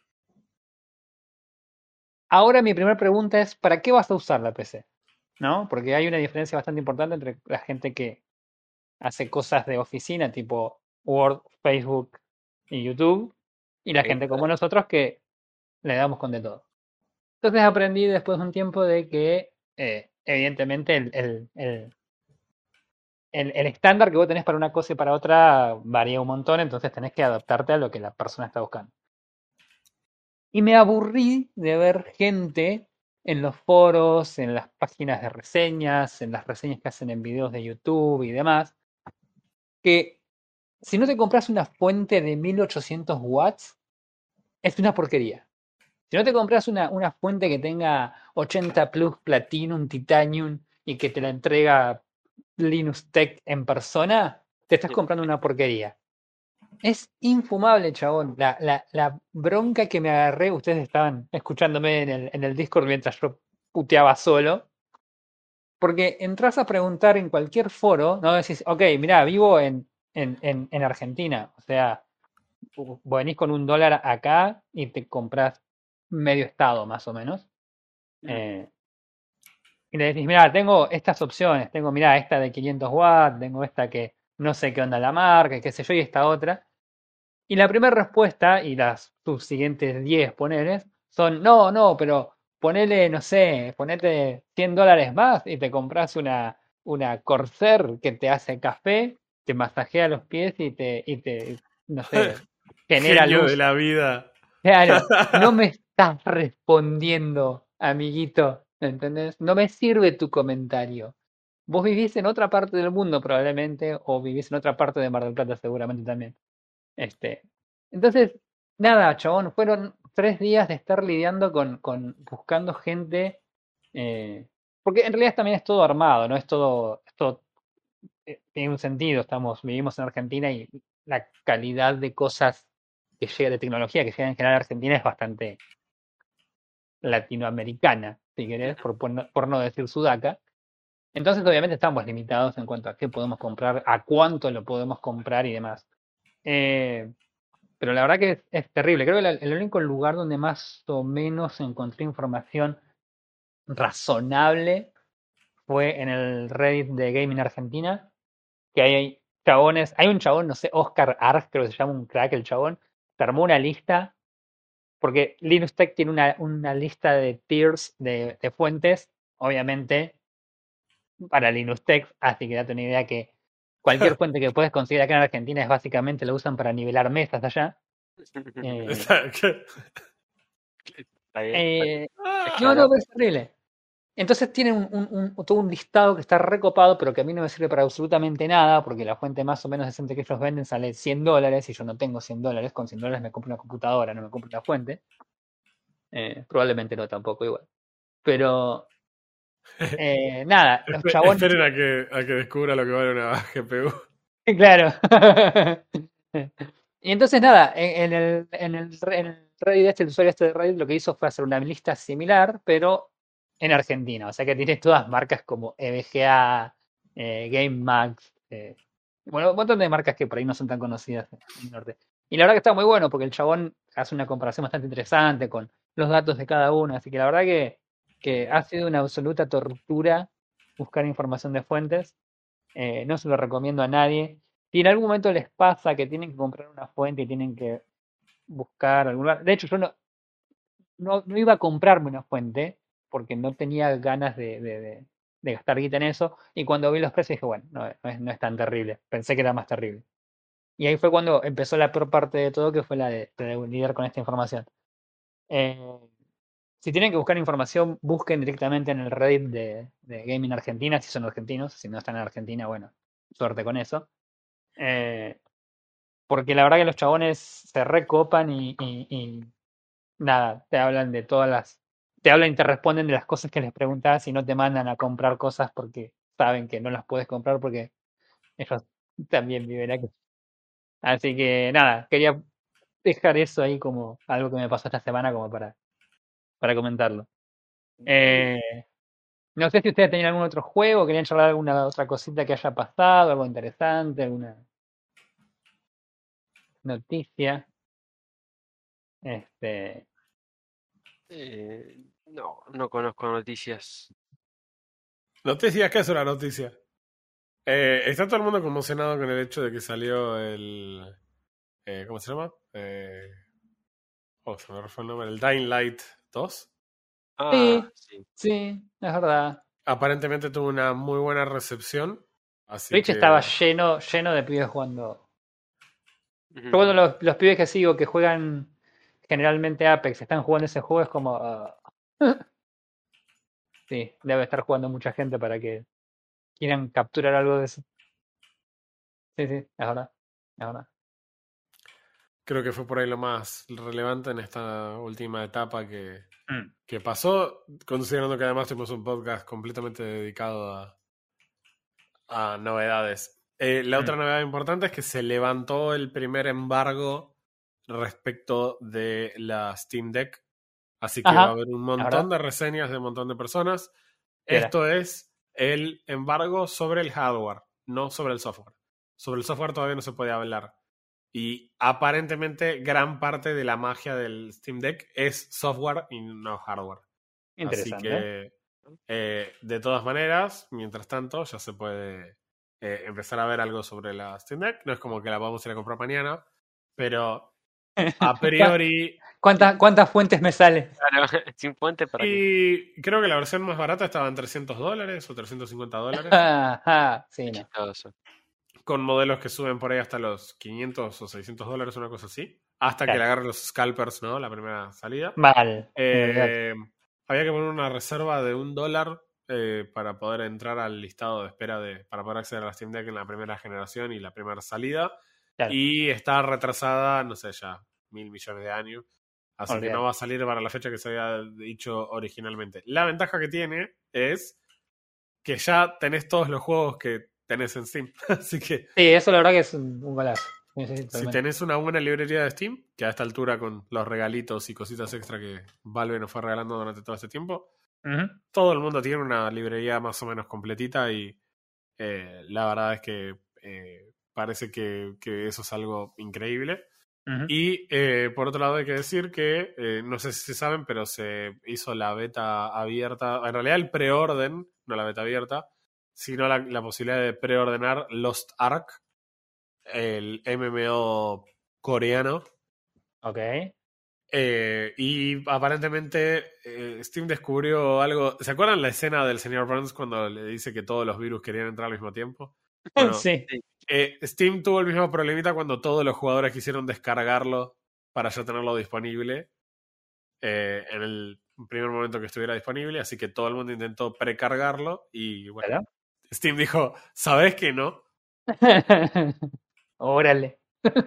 ahora mi primera pregunta es, ¿para qué vas a usar la PC? ¿No? Porque hay una diferencia bastante importante entre la gente que hace cosas de oficina tipo Word, Facebook y YouTube y la Ok. gente como nosotros que le damos con de todo. Entonces aprendí después de un tiempo de que evidentemente el estándar que vos tenés para una cosa y para otra varía un montón, entonces tenés que adaptarte a lo que la persona está buscando. Y me aburrí de ver gente en los foros, en las páginas de reseñas, en las reseñas que hacen en videos de YouTube y demás, que si no te compras una fuente de 1800 watts, es una porquería. Si no te compras una fuente que tenga 80 Plus Platinum Titanium y que te la entrega Linus Tech en persona, te estás comprando una porquería. Es infumable, chabón. La bronca que me agarré, ustedes estaban escuchándome en el Discord mientras yo puteaba solo, porque entras a preguntar en cualquier foro, ¿no? Decís, ok, mirá, vivo en Argentina, o sea, venís con $1 acá y te compras medio estado, más o menos. Mm, Eh, y le decís, mira, tengo estas opciones, tengo, mira, esta de 500 watts, tengo esta que no sé qué onda la marca, y qué sé yo, y esta otra. Y la primera respuesta, y las subsiguientes 10 poneres, son, no, no, pero ponele, no sé, ponete $100 más y te compras una Corsair que te hace café, te masajea los pies y te, no sé, genera Genio de luz. la vida. Claro, no me estás respondiendo, amiguito, ¿entendés? No me sirve tu comentario. Vos vivís en otra parte del mundo probablemente, o vivís en otra parte de Mar del Plata seguramente también. Este, entonces, nada, chabón, fueron 3 días de estar lidiando con buscando gente, porque en realidad también es todo armado, ¿no? Es todo tiene un sentido, vivimos en Argentina y la calidad de cosas que llega, de tecnología que llega en general a Argentina es bastante latinoamericana, si querés, ujú. por no decir sudaca. Entonces, obviamente, estamos limitados en cuanto a qué podemos comprar, a cuánto lo podemos comprar y demás. Eh, pero la verdad que es terrible. Creo que el único lugar donde más o menos encontré información razonable fue en el Reddit de Gaming Argentina, que hay chabones, hay un chabón, no sé, Oscar Arg, creo que se llama un crack el chabón, se armó una lista, porque Linux Tech tiene una lista de tiers de fuentes, obviamente, para Linux Tech, así que date una idea que cualquier fuente que puedes conseguir acá en Argentina es básicamente lo usan para nivelar mesas allá. Eh, Está bien, está bien. eh, no, no, Escala. pero es terrible. Entonces tienen todo un listado que está recopado, pero que a mí no me sirve para absolutamente nada, porque la fuente más o menos decente que ellos venden sale $100 y yo no tengo $100. Con $100 me compro una computadora, no me compro una fuente. Probablemente no tampoco igual. Pero nada, los chabones. Esperen a que descubra lo que vale una GPU. Claro. Y entonces nada, en el Reddit el usuario este de Reddit lo que hizo fue hacer una lista similar, pero en Argentina. O sea que tiene todas marcas como EVGA, GameMax, bueno, un montón de marcas que por ahí no son tan conocidas en el norte. Y la verdad que está muy bueno porque el chabón hace una comparación bastante interesante con los datos de cada uno. Así que la verdad que ha sido una absoluta tortura buscar información de fuentes. No se lo recomiendo a nadie. Si en algún momento les pasa que tienen que comprar una fuente y tienen que buscar algún lugar. De hecho, yo no iba a comprarme una fuente porque no tenía ganas de gastar guita en eso. Y cuando vi los precios dije, bueno, no es tan terrible. Pensé que era más terrible. Y ahí fue cuando empezó la peor parte de todo, que fue la de lidiar con esta información. Eh, si tienen que buscar información, busquen directamente en el Reddit de Gaming Argentina, si son argentinos. Si no están en Argentina, bueno, suerte con eso. Eh, Porque la verdad que los chabones se recopan y nada, te hablan de todas las. Te hablan y te responden de las cosas que les preguntas y no te mandan a comprar cosas porque saben que no las puedes comprar porque ellos también viven aquí. Así que nada, quería dejar eso ahí como algo que me pasó esta semana como para comentarlo. No sé si ustedes tenían algún otro juego, querían charlar alguna otra cosita que haya pasado, algo interesante, alguna noticia. No conozco noticias. Noticias, ¿qué es una noticia? Está todo el mundo conmocionado con el hecho de que salió el... ¿cómo se llama? Se me fue el nombre. El Dying Light 2. Sí. Sí, es verdad. Aparentemente tuvo una muy buena recepción. Así Twitch que... estaba lleno de pibes jugando. Ujú. Yo cuando los pibes que sigo que juegan generalmente Apex están jugando ese juego es como... sí, debe estar jugando mucha gente para que quieran capturar algo de eso. Sí, es verdad. Es verdad. Creo que fue por ahí lo más relevante en esta última etapa que Mm. pasó, considerando que además tuvimos un podcast completamente dedicado a novedades. La otra novedad importante es que se levantó el primer embargo respecto de la Steam Deck, así que va a haber un montón de reseñas de un montón de personas. Esto es el embargo sobre el hardware, no sobre el software. Sobre el software todavía no se puede hablar. Y aparentemente gran parte de la magia del Steam Deck es software y no hardware. Así que, de todas maneras, mientras tanto, ya se puede empezar a ver algo sobre la Steam Deck. No es como que la vamos a ir a comprar mañana, pero a priori... ¿Cuántas fuentes me sale? Claro, sin fuente para qué. Y creo que la versión más barata estaba en $300 o $350. Sí, no. Chistoso. Con modelos que suben por ahí hasta los $500 o $600, una cosa así. Hasta que le agarren los scalpers, ¿no? La primera salida. Vale. Había que poner una reserva de $1 para poder entrar al listado de espera para poder acceder a la Steam Deck en la primera generación y la primera salida. Claro. Y está retrasada, no sé, ya 1.000 millones de años. Así que no va a salir para la fecha que se había dicho originalmente. La ventaja que tiene es que ya tenés todos los juegos que tenés en Steam. Así que... Sí, eso la verdad que es un golazo. Si tenés una buena librería de Steam, que a esta altura con los regalitos y cositas extra que Valve nos fue regalando durante todo este tiempo, todo el mundo tiene una librería más o menos completita y la verdad es que parece que eso es algo increíble. Y por otro lado hay que decir que, no sé si saben, pero se hizo la beta abierta, en realidad el preorden, no la beta abierta, sino la posibilidad de preordenar Lost Ark, el MMO coreano. Ok. Y aparentemente Steam descubrió algo. ¿Se acuerdan la escena del señor Burns cuando le dice que todos los virus querían entrar al mismo tiempo? Bueno, sí. Steam tuvo el mismo problemita cuando todos los jugadores quisieron descargarlo para ya tenerlo disponible en el primer momento que estuviera disponible, así que todo el mundo intentó precargarlo y bueno, ¿verdad? Steam dijo, ¿sabés que no? Órale.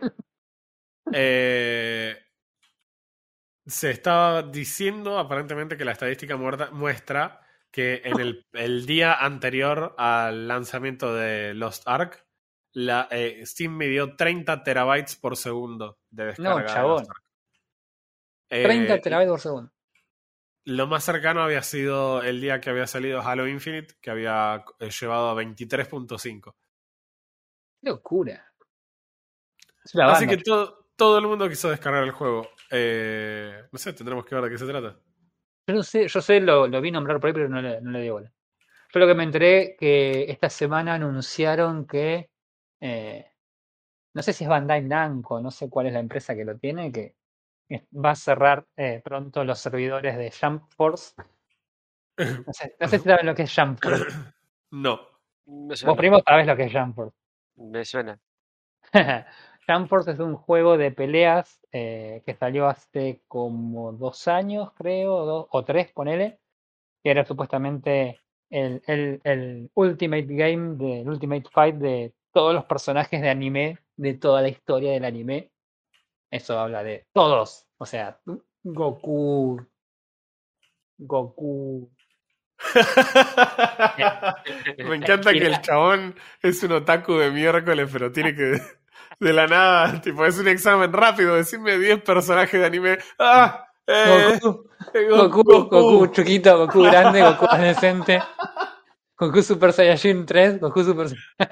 Se estaba diciendo aparentemente que la estadística muestra que en el día anterior al lanzamiento de Lost Ark, Steam midió 30 terabytes por segundo de descarga. No, chabón. De Lost Ark. 30 terabytes por segundo. Lo más cercano había sido el día que había salido Halo Infinite, que había llevado a 23.5. ¡Qué locura! Así que todo el mundo quiso descargar el juego. No sé, tendremos que ver de qué se trata. Yo sé, lo vi nombrar por ahí, pero no le di bola. Yo lo que me enteré que esta semana anunciaron que no sé si es Bandai Namco, no sé cuál es la empresa que lo tiene, que va a cerrar pronto los servidores de Jump Force. No sé si saben lo que es Jump Force. No. Vos primo sabés lo que es Jump Force. Me suena. Jump Force es un juego de peleas que salió hace como 2 años, creo, o 3, ponele, que era supuestamente el Ultimate Game, el Ultimate Fight de todos los personajes de anime, de toda la historia del anime. Eso habla de todos, o sea, Goku. Me encanta que el chabón es un otaku de miércoles, pero tiene que De la nada, tipo, es un examen rápido, decime 10 personajes de anime. Goku chiquito, Goku grande, Goku adolescente, Goku Super Saiyajin 3, Goku Super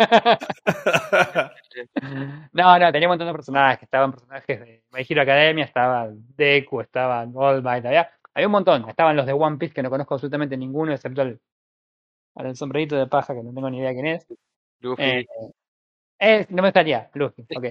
No, tenía un montón de personajes. Estaban personajes de My Hero Academia, estaba Deku, estaba All Might, había un montón. Estaban los de One Piece que no conozco absolutamente ninguno, excepto al sombrerito de paja que no tengo ni idea quién es. Luffy. No me salía, Luffy, ok.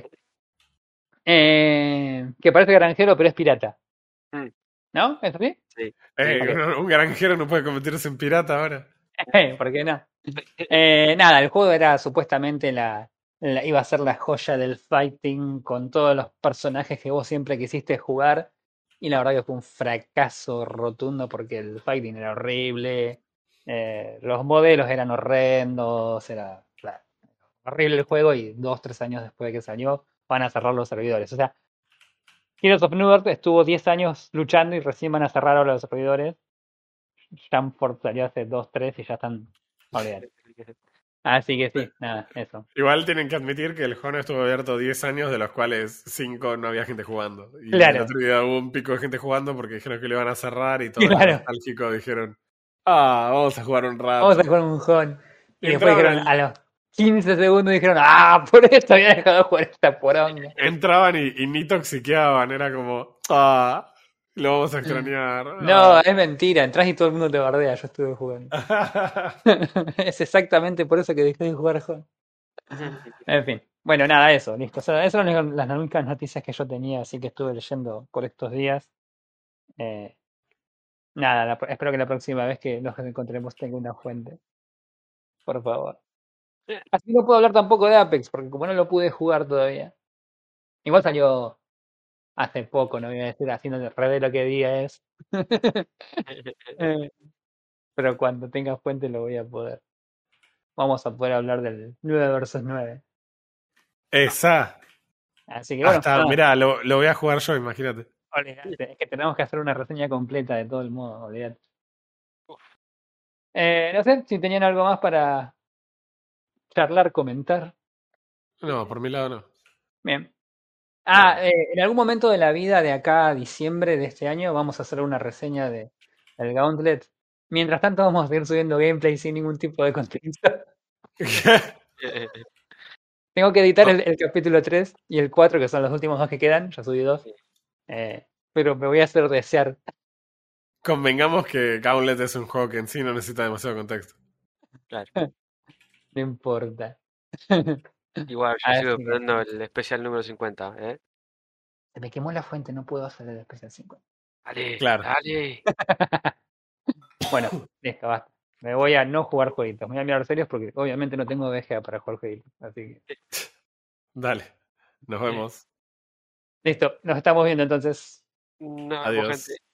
Que parece granjero, pero es pirata. ¿No? ¿Es así? Sí. Okay. Un granjero no puede convertirse en pirata ahora. ¿Por qué no? Nada, el juego era supuestamente iba a ser la joya del fighting con todos los personajes que vos siempre quisiste jugar. Y la verdad que fue un fracaso rotundo porque el fighting era horrible. Los modelos eran horrendos. Era horrible el juego. Y 2-3 años después de que salió, van a cerrar los servidores. O sea, Heroes of Newerth estuvo 10 años luchando y recién van a cerrar ahora los servidores. Stanford salió hace 2-3 y ya están. Olvidar. Así que sí, nada, eso. Igual tienen que admitir que el juego estuvo abierto 10 años, de los cuales 5 no había gente jugando. Y claro. El otro día hubo un pico de gente jugando porque dijeron que lo iban a cerrar y todos claro. los nostálgicos dijeron, vamos a jugar un rato. Vamos a jugar un juego. Y después dijeron, a los 15 segundos dijeron, por esto había dejado de jugar esta poronga. Entraban y ni toxiqueaban, era como, lo vamos a extrañar. No, es mentira, entras y todo el mundo te bardea, yo estuve jugando. Es exactamente por eso que dejé de jugar juego. En fin, bueno, nada, eso, listo. O sea, esas eran las únicas noticias que yo tenía, así que estuve leyendo por estos días. Nada, espero que la próxima vez que nos encontremos tenga una fuente. Por favor. Así no puedo hablar tampoco de Apex, porque como no lo pude jugar todavía. Igual salió hace poco, no voy a decir así, no revelo qué día es. Pero cuando tenga fuente lo voy a poder. Vamos a poder hablar del 9 versus 9. Esa. Así que bueno. Mirá, lo voy a jugar yo, imagínate. Olvídate, es que tenemos que hacer una reseña completa de todo el modo, olvídate. No sé si tenían algo más para charlar, comentar. No, por mi lado no. Bien. En algún momento de la vida de acá a diciembre de este año vamos a hacer una reseña del Gauntlet. Mientras tanto vamos a seguir subiendo gameplay sin ningún tipo de contenido. Tengo que editar el capítulo 3 y el 4, que son los últimos 2 que quedan. Ya subí 2. Pero me voy a hacer desear. Convengamos que Gauntlet es un juego que en sí no necesita demasiado contexto. Claro. No importa. Igual, yo sigo esperando el especial número 50, ¿eh? Se me quemó la fuente, no puedo hacer el especial 50. Dale, claro. Dale. Bueno, listo, basta. Me voy a no jugar jueguitos. Me voy a mirar serios porque obviamente no tengo VGA para jugar jueguitos. Así que. Dale. Nos vemos. Listo, nos estamos viendo entonces. Nos vemos, Adiós. gente.